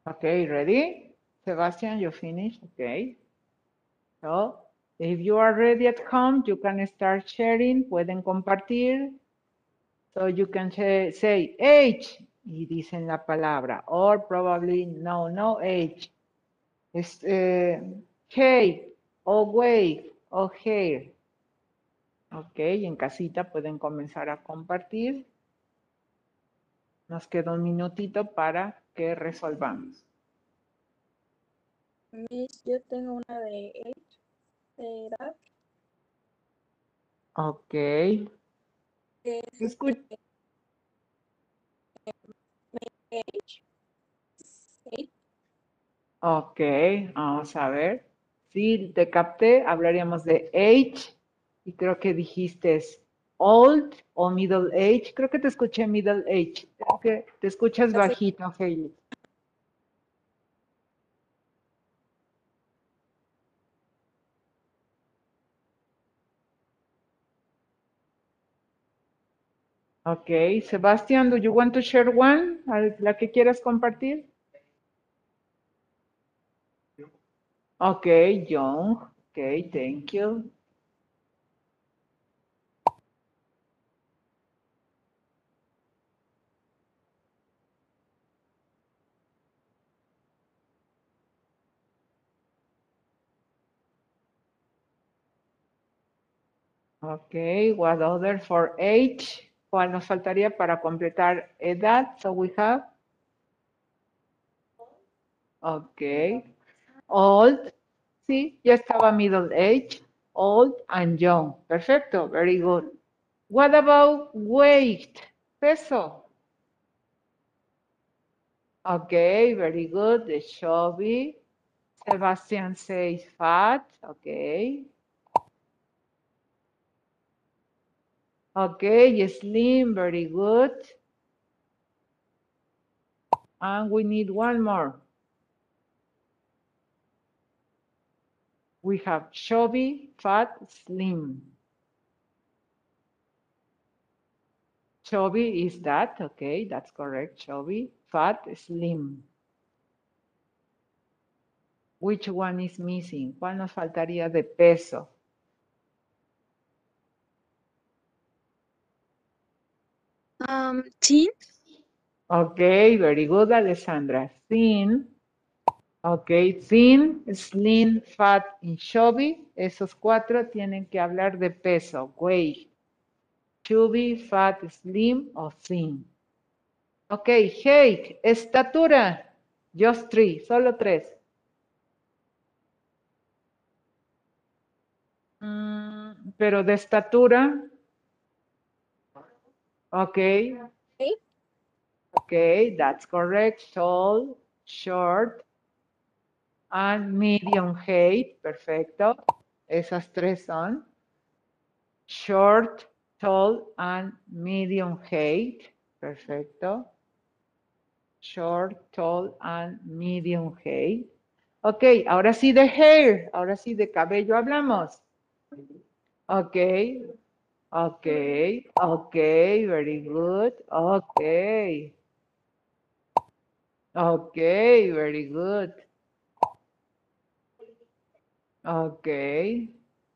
Okay, ready? Sebastian, you finish? Okay. So, if you are ready at home, you can start sharing. Pueden compartir. So you can say H y dicen la palabra. Or probably no, no H. Es, eh, hey, o wave, o hair. Ok, en casita pueden comenzar a compartir. Nos queda un minutito para que resolvamos. Miss, yo tengo una de age, de edad. Ok. Que es Escu- este, age. Eight. Ok, vamos a ver. Si te capté, hablaríamos de age. Y creo que dijiste old o middle age. Creo que te escuché middle age. Creo que te escuchas Así. bajito, Hailey. Ok, Sebastián, do you want to share one? ¿La que quieras compartir? Ok, John. Ok, thank you. Ok, what other for age? ¿Cuál nos faltaría para completar edad? So we have. Ok. Old. Sí, ya estaba middle age. Old and young. Perfecto, very good. What about weight? Peso. Okay, very good. The chubby. Sebastian says fat. Okay. Okay, slim, very good. And we need one more. We have chubby, fat, slim. Chubby is that, okay, that's correct. Chubby, fat, slim. Which one is missing? ¿Cuál nos faltaría de peso? Um, teen. Okay, very good, Alessandra. Thin. Okay, thin, slim, fat y chubby. Esos cuatro tienen que hablar de peso. Weight. Chubby, fat, slim o thin. Okay, height, estatura. Just three, solo tres. Mm, pero de estatura. Okay. Eight. Okay, that's correct. Tall, short, and medium height. Perfecto. Esas tres son. Short, tall, and medium height. Perfecto. Short, tall, and medium height. Ok, ahora sí de hair. Ahora sí de cabello hablamos. Ok. Ok. Ok, very good. Ok. Okay, very good. Okay.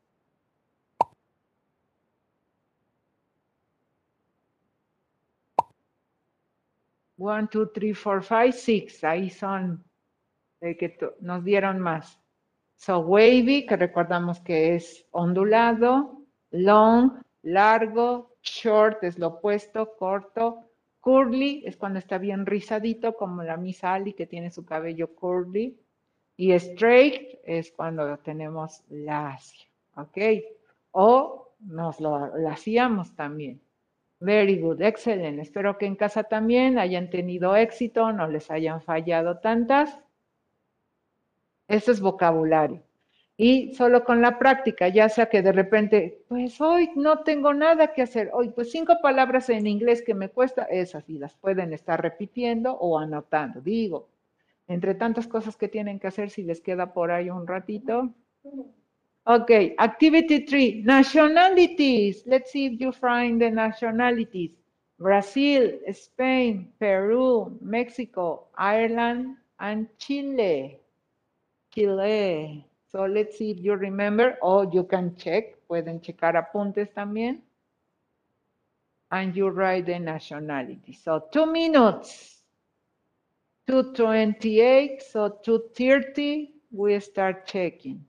One, two, three, four, five, six. Ahí son el que nos dieron más. So wavy, que recordamos que es ondulado. Long, largo. Short es lo opuesto, corto. Curly es cuando está bien rizadito, como la Miss Ali que tiene su cabello curly. Y straight es cuando tenemos lacio, ¿ok? O nos lo, lo hacíamos también. Very good, excelente. Espero que en casa también hayan tenido éxito, no les hayan fallado tantas. Esto es vocabulario. Y solo con la práctica, ya sea que de repente, pues hoy no tengo nada que hacer. Hoy, pues cinco palabras en inglés que me cuesta, esas y las pueden estar repitiendo o anotando. Digo, entre tantas cosas que tienen que hacer, si les queda por ahí un ratito. Okay, activity three, nationalities. Let's see if you find the nationalities. Brazil, Spain, Peru, Mexico, Ireland, and Chile. Chile. So let's see if you remember, or you can check, pueden checar apuntes también. And you write the nationality. So two minutes. two twenty-eight, so two thirty, we start checking.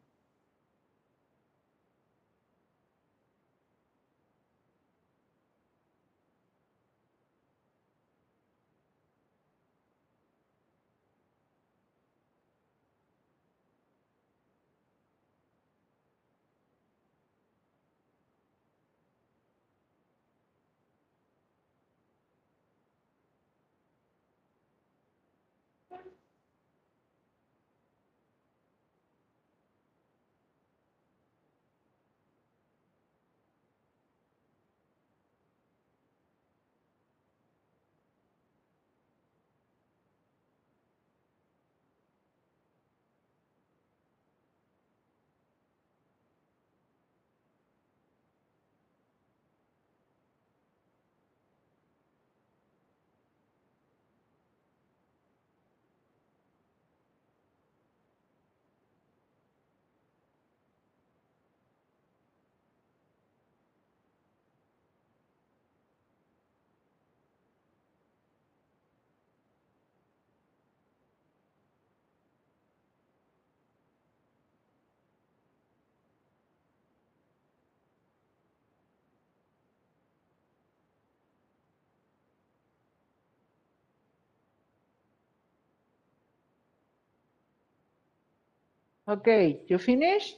Okay, you finished?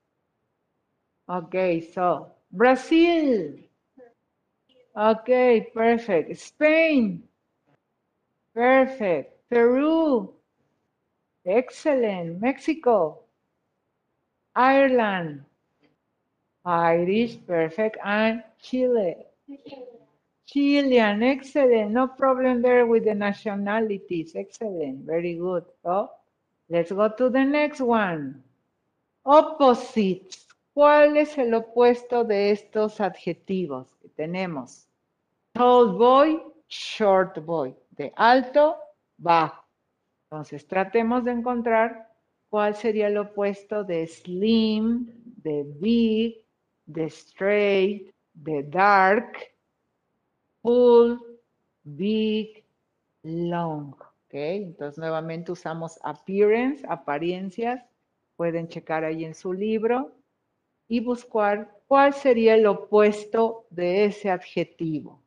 Okay, so Brazil. Okay, perfect. Spain. Perfect. Peru. Excellent. Mexico. Ireland. Irish, perfect. And Chile. Chilean, excellent. No problem there with the nationalities. Excellent. Very good. So let's go to the next one. Opposites. ¿Cuál es el opuesto de estos adjetivos que tenemos? Tall boy, short boy. De alto, bajo. Entonces, tratemos de encontrar cuál sería el opuesto de slim, de big, de straight, de dark, full, big, long. ¿Ok? Entonces, nuevamente usamos appearance, apariencias. Pueden checar ahí en su libro y buscar cuál sería el opuesto de ese adjetivo.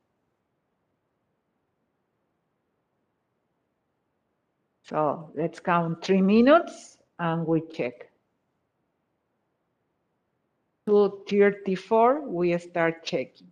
So, let's count three minutes and we check. two thirty-four, we start checking.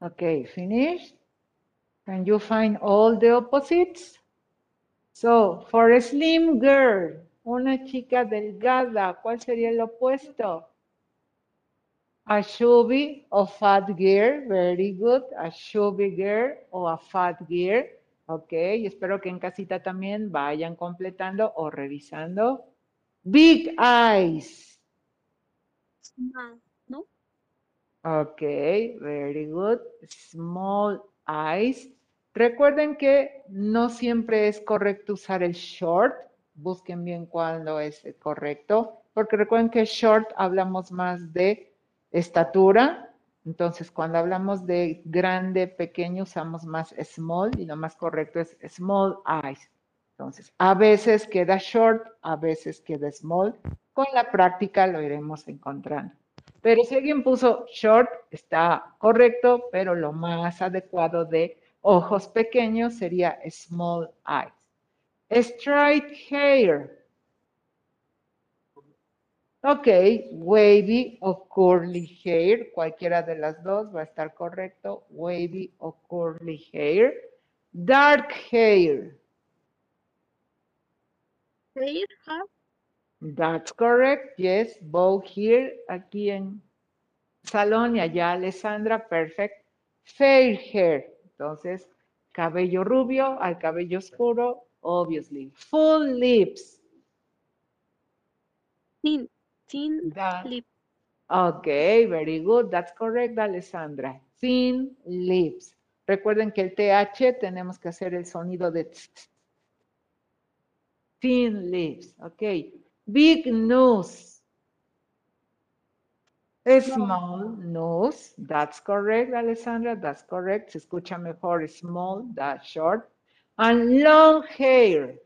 Okay, finished? Can you find all the opposites? So, for a slim girl, una chica delgada, ¿cuál sería el opuesto? A chubby o fat girl, very good. A chubby girl o a fat girl. Ok, espero que en casita también vayan completando o revisando. Big eyes. Small, ¿no? Ok, very good. Small eyes. Recuerden que no siempre es correcto usar el short. Busquen bien cuándo es el correcto. Porque recuerden que short hablamos más de estatura. Entonces, cuando hablamos de grande, pequeño, usamos más small y lo más correcto es small eyes. Entonces, a veces queda short, a veces queda small. Con la práctica lo iremos encontrando. Pero si alguien puso short, está correcto, pero lo más adecuado de ojos pequeños sería small eyes. Straight hair. Ok, wavy o curly hair, cualquiera de las dos va a estar correcto. Wavy o curly hair. Dark hair. Hair, hair. That's correct, yes. Bow hair, aquí en salón y allá Alessandra, perfect. Fair hair, entonces cabello rubio al cabello oscuro, obviously. Full lips. Thin, thin That, lip. okay, very good, that's correct, Alessandra. Thin lips. Recuerden que el T H tenemos que hacer el sonido de tss, tss. Thin lips, ok. Big nose. Small nose, that's correct, Alessandra, that's correct. Se escucha mejor small, that's short. And long hair.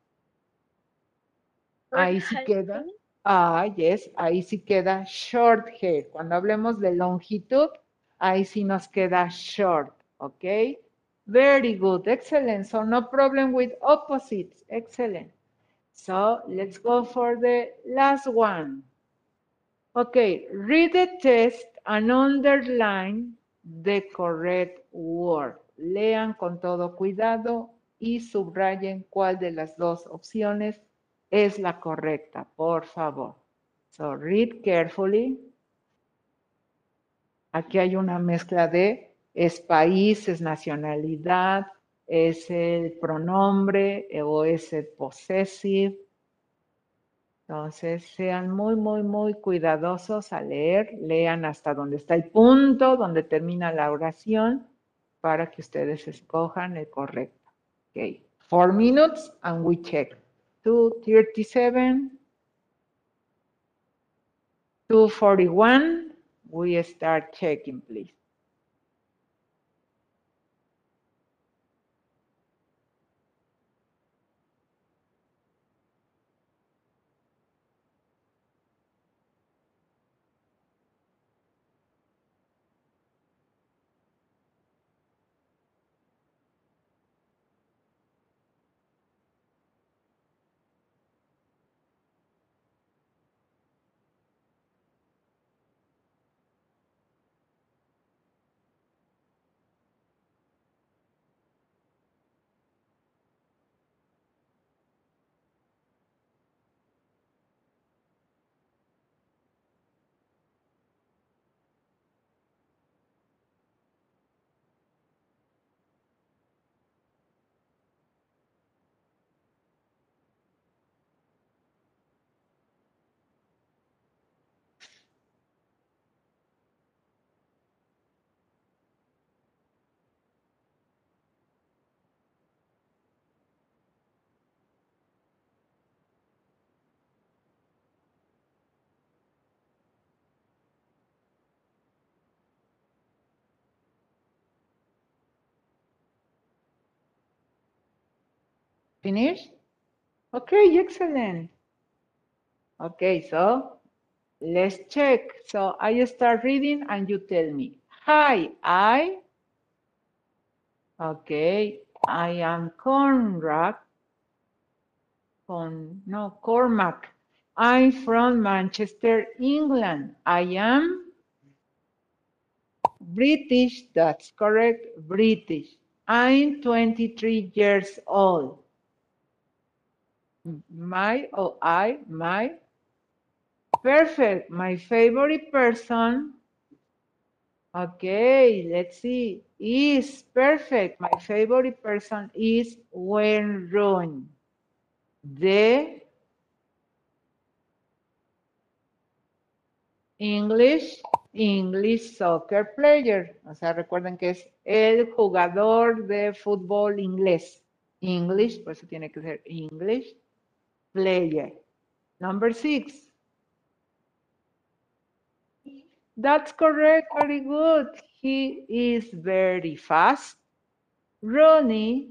Ahí sí queda. Ah, yes, ahí sí queda short hair. Cuando hablemos de longitud, ahí sí nos queda short, ¿ok? Very good, excellent. So no problem with opposites, excellent. So let's go for the last one. Okay, read the test and underline the correct word. Lean con todo cuidado y subrayen cuál de las dos opciones es la correcta, por favor. So, read carefully. Aquí hay una mezcla de es país, es nacionalidad, es el pronombre o es el possessive. Entonces, sean muy, muy, muy cuidadosos al leer. Lean hasta donde está el punto, donde termina la oración, para que ustedes escojan el correcto. Ok. Four minutes and we check. two thirty-seven. two forty-one. We start checking, please. Finish? Okay, excellent. Okay, so let's check. So I start reading and you tell me. Hi, I. Okay, I am Conrad. Con, no, Cormac. I'm from Manchester, England. I am. British, that's correct, British. I'm twenty-three years old. My, oh, I, my. Perfect. My favorite person. Okay, let's see. Is perfect. My favorite person is Wayne Rooney. The English, English soccer player. O sea, recuerden que es el jugador de fútbol inglés. English, por eso tiene que ser English player. Number six. That's correct, very good. He is very fast. Ronnie,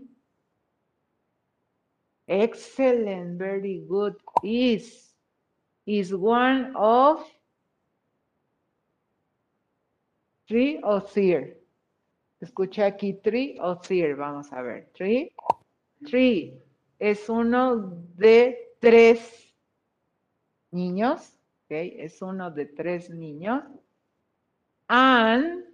excellent, very good. Is, is one of three o three. Escucha aquí three o three. Vamos a ver. Three. Three. Es uno de tres niños. Okay. Es uno de tres niños. And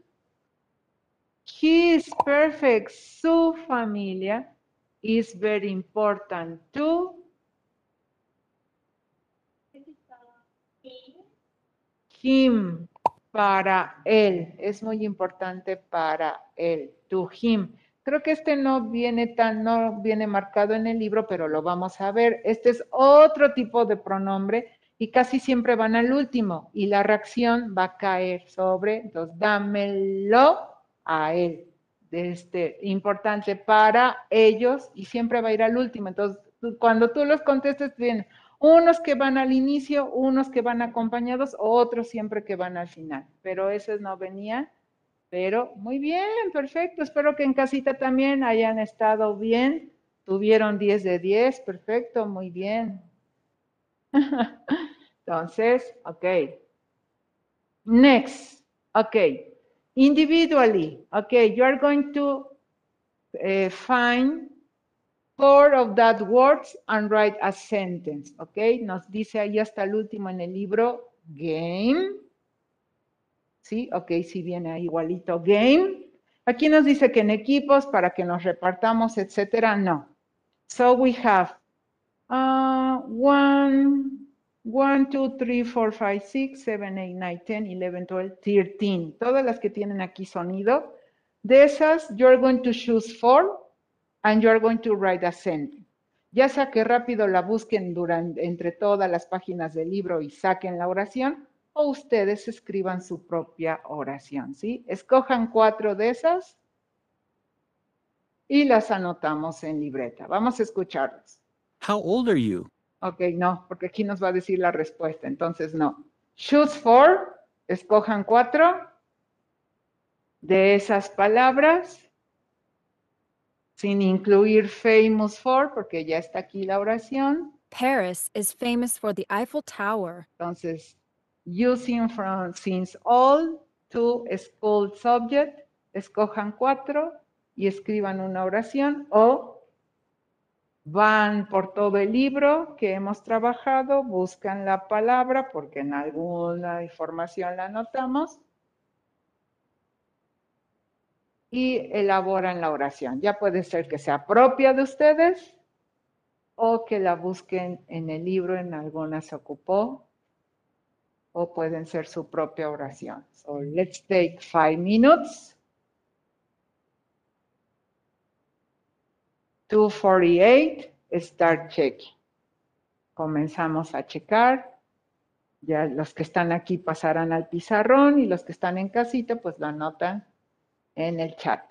he is perfect. Su familia is very important to him. Para él. Es muy importante para él. To him. Creo que este no viene tan, no viene marcado en el libro, pero lo vamos a ver. Este es otro tipo de pronombre y casi siempre van al último y la reacción va a caer sobre, entonces dámelo a él. Este, importante para ellos y siempre va a ir al último. Entonces, cuando tú los contestes, vienen unos que van al inicio, unos que van acompañados, otros siempre que van al final. Pero esos no venían. Pero muy bien, perfecto. Espero que en casita también hayan estado bien. Tuvieron diez de diez, perfecto, muy bien. Entonces, ok. Next, ok. Individually, ok, you are going to uh, find four of that words and write a sentence, ok. Nos dice ahí hasta el último en el libro, game. ¿Sí? Ok, sí viene ahí igualito, game. Aquí nos dice que en equipos para que nos repartamos, etcétera, no. So we have uh, one, one, two, three, four, five, six, seven, eight, nine, ten, eleven, twelve, thirteen. Todas las que tienen aquí sonido. De esas, you're going to choose four and you're going to write a sentence. Ya sea que rápido la busquen durante, entre todas las páginas del libro y saquen la oración, o ustedes escriban su propia oración, ¿sí? Escojan cuatro de esas y las anotamos en libreta. Vamos a escucharlas. How old are you? Ok, no, porque aquí nos va a decir la respuesta, entonces no. Choose four, escojan cuatro de esas palabras, sin incluir famous for, porque ya está aquí la oración. Paris is famous for the Eiffel Tower. Entonces, using from since all to school subject, escojan cuatro y escriban una oración o van por todo el libro que hemos trabajado, buscan la palabra porque en alguna información la anotamos y elaboran la oración. Ya puede ser que sea propia de ustedes o que la busquen en el libro, en alguna se ocupó, o pueden ser su propia oración. So let's take five minutes. two forty-eight, start checking. Comenzamos a checar. Ya los que están aquí pasarán al pizarrón y los que están en casita pues lo anotan en el chat.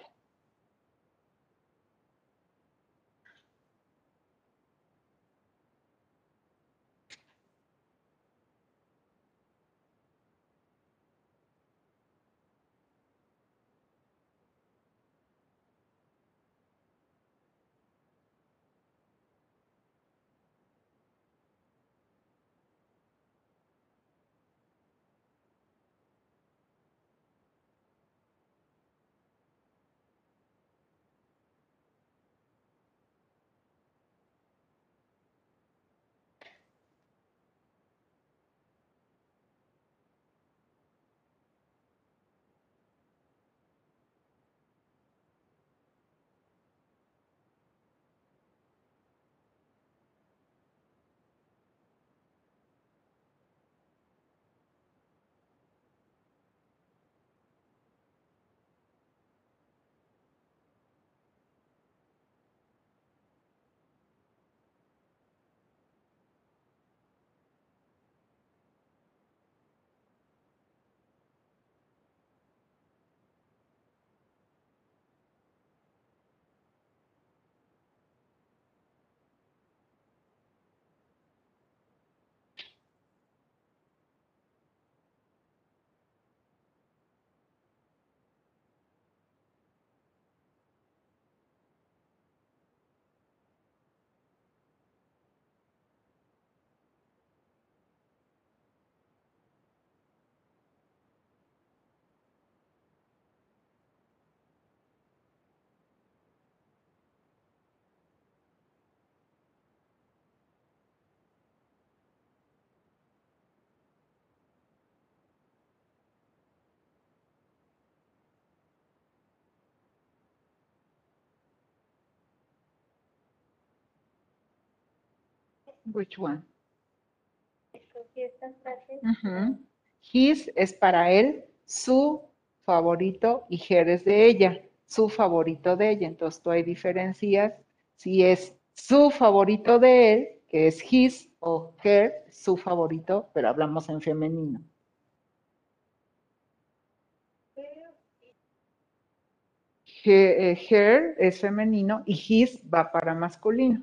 Which one? Escogí esta frase. Ujú. His es para él, su favorito y her es de ella, su favorito de ella. Entonces tú ahí diferencias si es su favorito de él, que es his, o her, su favorito, pero hablamos en femenino. He- eh, Her es femenino y his va para masculino.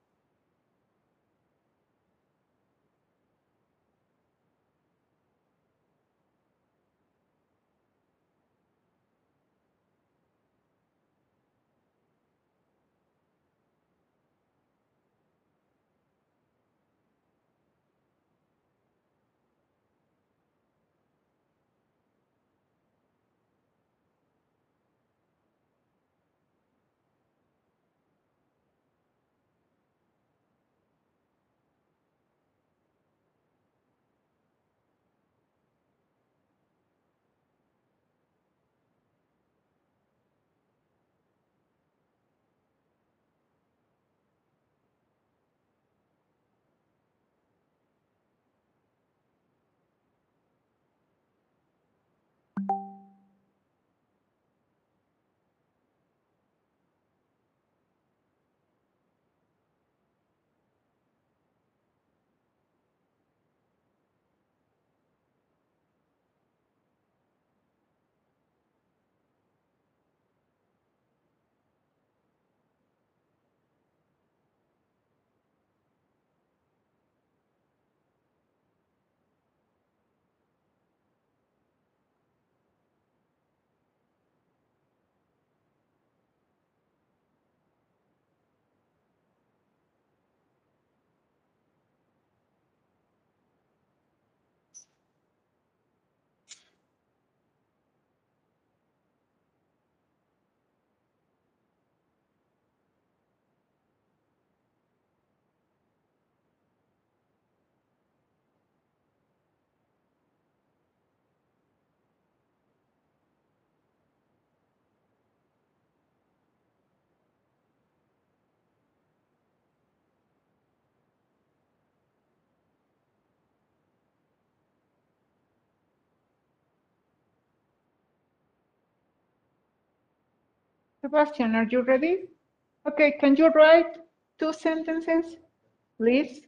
Sebastian, are you ready? Okay, can you write two sentences, please?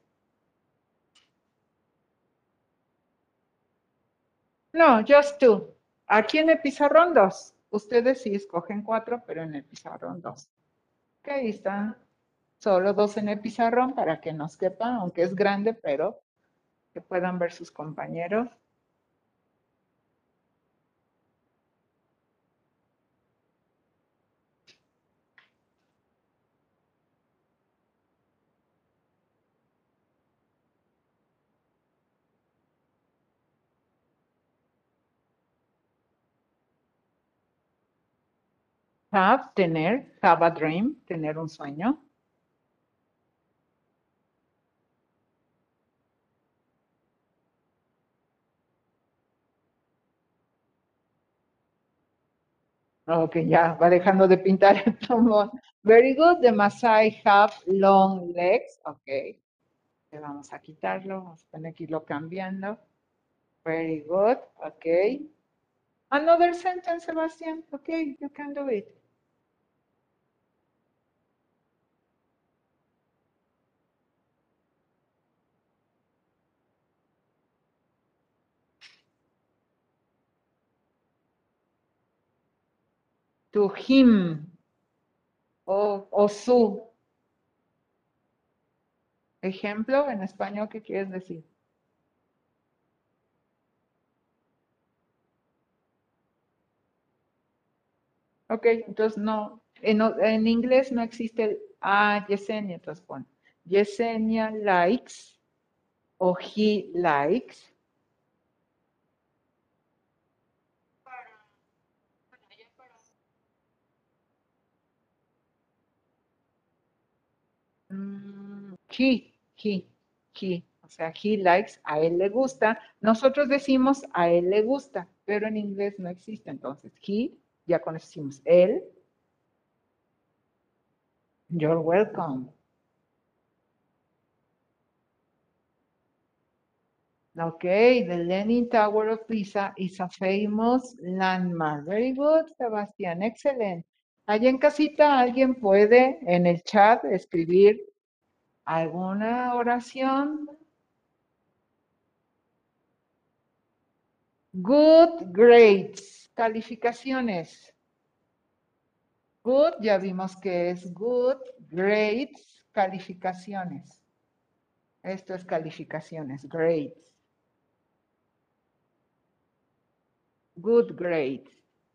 No, just two. Aquí en el pizarrón dos. Ustedes sí escogen cuatro, pero en el pizarrón dos. Ok, ahí están. Solo dos en el pizarrón para que nos quepa, aunque es grande, pero que puedan ver sus compañeros. Have, tener, have a dream, tener un sueño. Ok, ya va dejando de pintar el plumón. Very good. The Maasai have long legs. Ok. Le vamos a quitarlo. Vamos a tener que irlo cambiando. Very good. Ok. Another sentence, Sebastian. Ok, you can do it. To him. O, o su. Ejemplo, en español, ¿qué quieres decir? Ok, entonces no, en, en inglés no existe el a Yesenia, entonces pon Yesenia likes o he likes. Mm, he, he, he, o sea, he likes, a él le gusta. Nosotros decimos a él le gusta, pero en inglés no existe, entonces he, ya conocimos él. You're welcome. Okay, the Leaning Tower of Pisa is a famous landmark. Very good, Sebastián, excellent. Allá en casita alguien puede en el chat escribir alguna oración. Good grades, calificaciones. Good, ya vimos que es good, grades, calificaciones. Esto es calificaciones, grades. Good grades.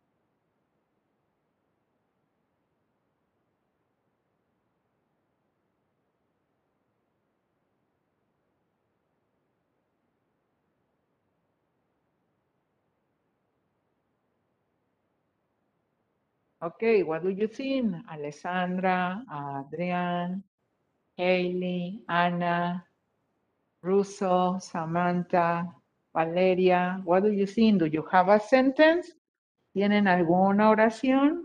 Okay, what do you think? Alessandra, Adrián, Hailey, Ana, Russo, Samantha, Valeria, what do you think? Do you have a sentence? ¿Tienen alguna oración?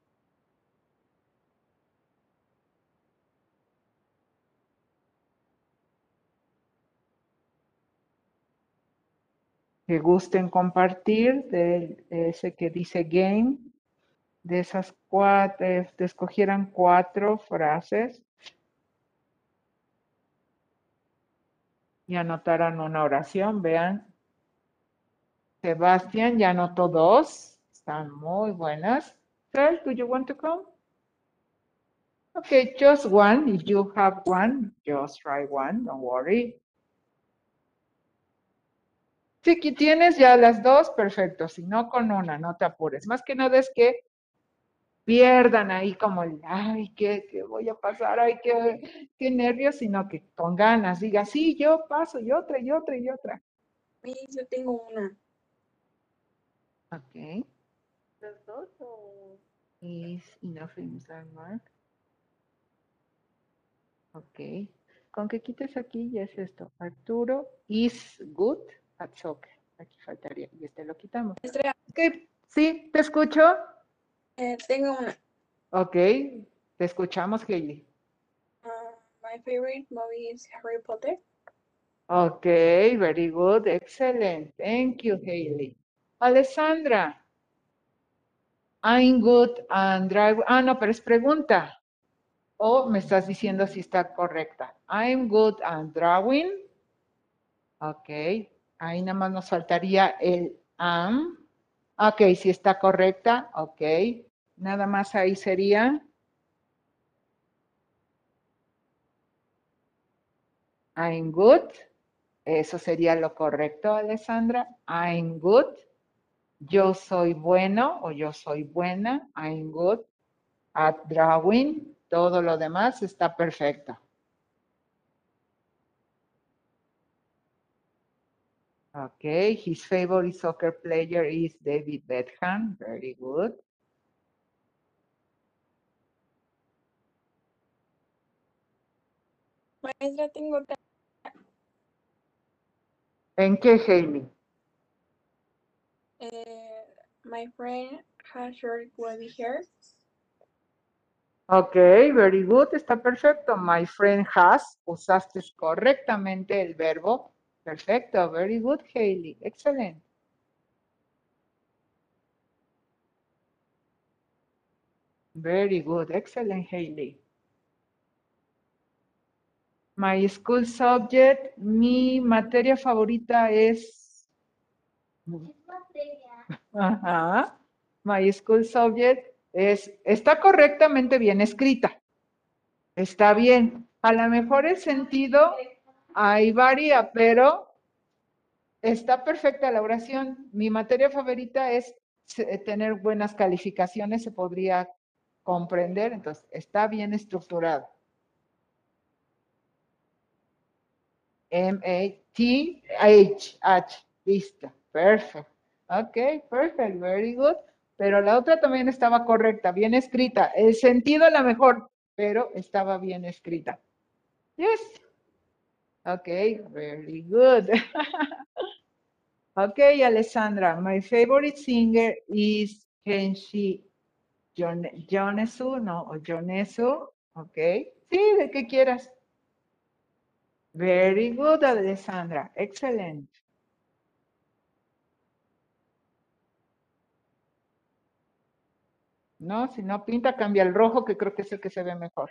Que gusten compartir de, de ese que dice game, de esas cuatro, eh, te escogieran cuatro frases y anotaran una oración. Vean, Sebastián ya anotó dos, están muy buenas. Sir, do you want to come? Okay, just one. If you have one, just try one, don't worry. Si que tienes ya las dos, perfecto. Si no, con una, no te apures. Más que nada es que pierdan ahí como el, ay, ¿qué, qué voy a pasar? Ay, qué, qué nervios, sino que con ganas diga, sí, yo paso, y otra, y otra, y otra. Sí, yo tengo una. Ok. ¿Los dos o...? Is enough in landmark. Ok. Con que quites aquí ya es esto. Arturo is good at soccer. Aquí faltaría. Y este lo quitamos. Estrella, Ok. Sí, te escucho. eh, tengo una. Ok. Te escuchamos, Hailey. Uh, my favorite movie is Harry Potter. Ok, very good. Excellent. Thank you, Hailey. Alessandra. I'm good and drive. Ah, no, pero es pregunta. O me estás diciendo si está correcta. I'm good and drawing. Ok. Ahí nada más nos faltaría el am. Ok, si está correcta. Ok. Nada más ahí sería. I'm good. Eso sería lo correcto, Alessandra. I'm good. Yo soy bueno o yo soy buena. I'm good at drawing. Todo lo demás está perfecto. Okay, his favorite soccer player is David Beckham. Very good. Maestra, tengo otra. ¿En qué, Hailey? Eh, my friend has short wavy hair. Ok, very good, está perfecto. My friend has, usaste correctamente el verbo. Perfecto, very good, Hailey. Excellent. Very good, excellent, Hailey. My school subject, mi materia favorita es... Ajá. My school subject es, está correctamente bien escrita. Está bien. A lo mejor el sentido ahí varía, pero está perfecta la oración. Mi materia favorita es tener buenas calificaciones, se podría comprender, entonces está bien estructurado. M A T H H, listo, perfecto. Ok, perfect, very good. Pero la otra también estaba correcta, bien escrita. El sentido a lo mejor, pero estaba bien escrita. Yes. Ok, very good. Ok, Alessandra, my favorite singer is Kenshi Yonesu, no, o Yonesu. Ok, sí, de qué quieras. Very good, Alessandra. Excellent. No, si no pinta, cambia el rojo, que creo que es el que se ve mejor.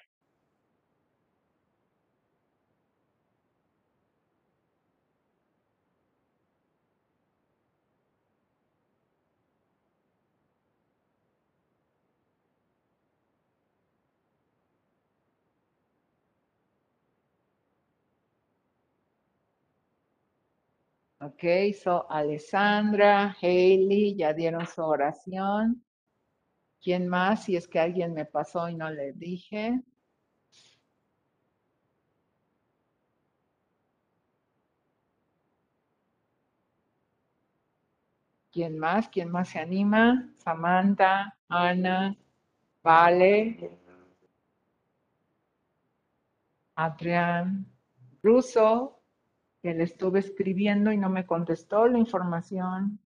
Ok, so Alessandra, Hailey, ya dieron su oración. ¿Quién más? Si es que alguien me pasó y no le dije. ¿Quién más? ¿Quién más se anima? Samantha, Ana, Vale, Adrián, Russo, que le estuve escribiendo y no me contestó la información.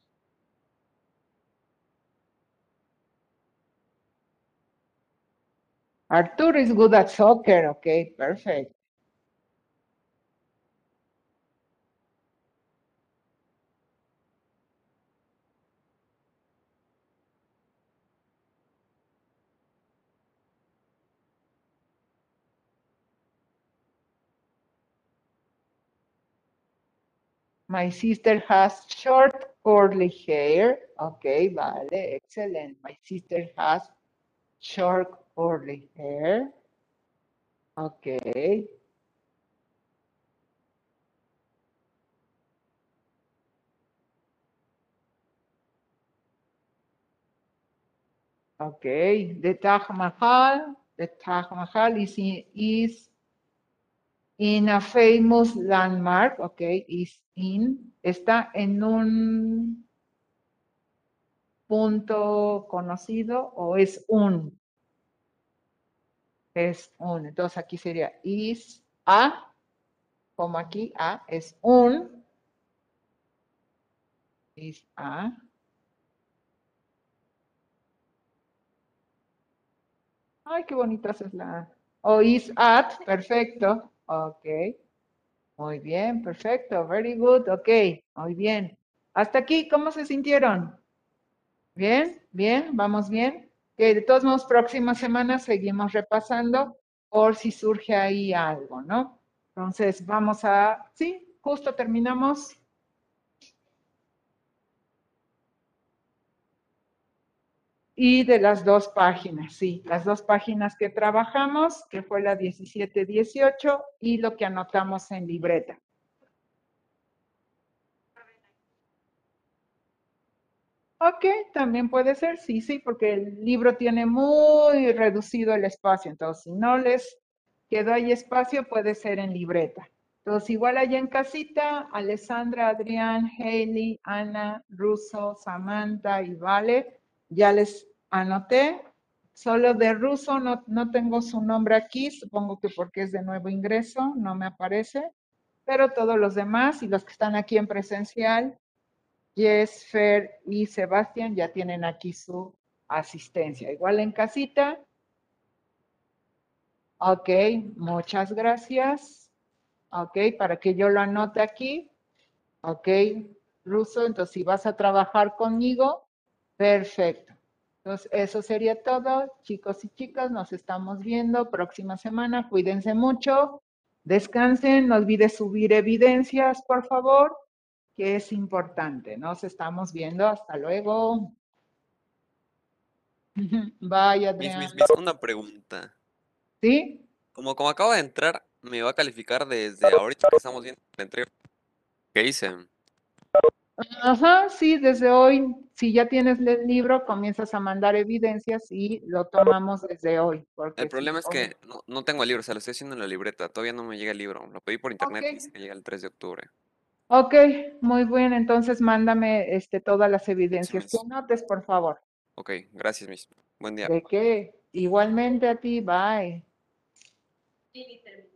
Arturo is good at soccer. Okay, perfect. My sister has short curly hair. Okay, vale, excellent. My sister has short curly hair. Okay. Okay, the Taj Mahal, the Taj Mahal is in, is in a famous landmark. Okay, is in, está en un punto conocido o es un. Es un. Entonces aquí sería is a, como aquí a, es un. Is a. Ay, qué bonita es la. O is at, perfecto. Ok. Muy bien, perfecto. Very good. Ok, muy bien. Hasta aquí, ¿cómo se sintieron? Bien, bien, vamos bien. Que de todos modos, próximas semanas seguimos repasando por si surge ahí algo, ¿no? Entonces, vamos a, sí, justo terminamos. Y de las dos páginas, sí, las dos páginas que trabajamos, que fue la diecisiete dieciocho y lo que anotamos en libreta. Ok, también puede ser, sí, sí, porque el libro tiene muy reducido el espacio, entonces si no les quedó ahí espacio, puede ser en libreta. Entonces, igual allá en casita, Alessandra, Adrián, Hailey, Ana, Russo, Samantha y Vale, ya les anoté. Solo de Russo no, no tengo su nombre aquí, supongo que porque es de nuevo ingreso, no me aparece, pero todos los demás y los que están aquí en presencial, Jess, Fer y Sebastián ya tienen aquí su asistencia. Igual en casita. Ok, muchas gracias. Ok, para que yo lo anote aquí. Ok, Russo, entonces si vas a trabajar conmigo, perfecto. Entonces eso sería todo, chicos y chicas, nos estamos viendo próxima semana. Cuídense mucho, descansen, no olvides subir evidencias, por favor, que es importante. Nos estamos viendo, hasta luego. Bye, Miss, Adrián. Miss, Miss, una pregunta. ¿Sí? Como, como acabo de entrar, me va a calificar desde ahorita que estamos viendo la entrega. ¿Qué hice? Ajá, sí, desde hoy, si ya tienes el libro, comienzas a mandar evidencias y lo tomamos desde hoy. Porque El sí, problema es obvio. que no, no tengo el libro, o sea, lo estoy haciendo en la libreta. Todavía no me llega el libro. Lo pedí por internet y Ok. dice que llega el tres de octubre. Ok, muy bien, entonces mándame este, todas las Sí, evidencias que Miss. notes, por favor. Ok, gracias, Miss. Buen día. ¿De qué? Igualmente a ti, bye. Sí, terminé.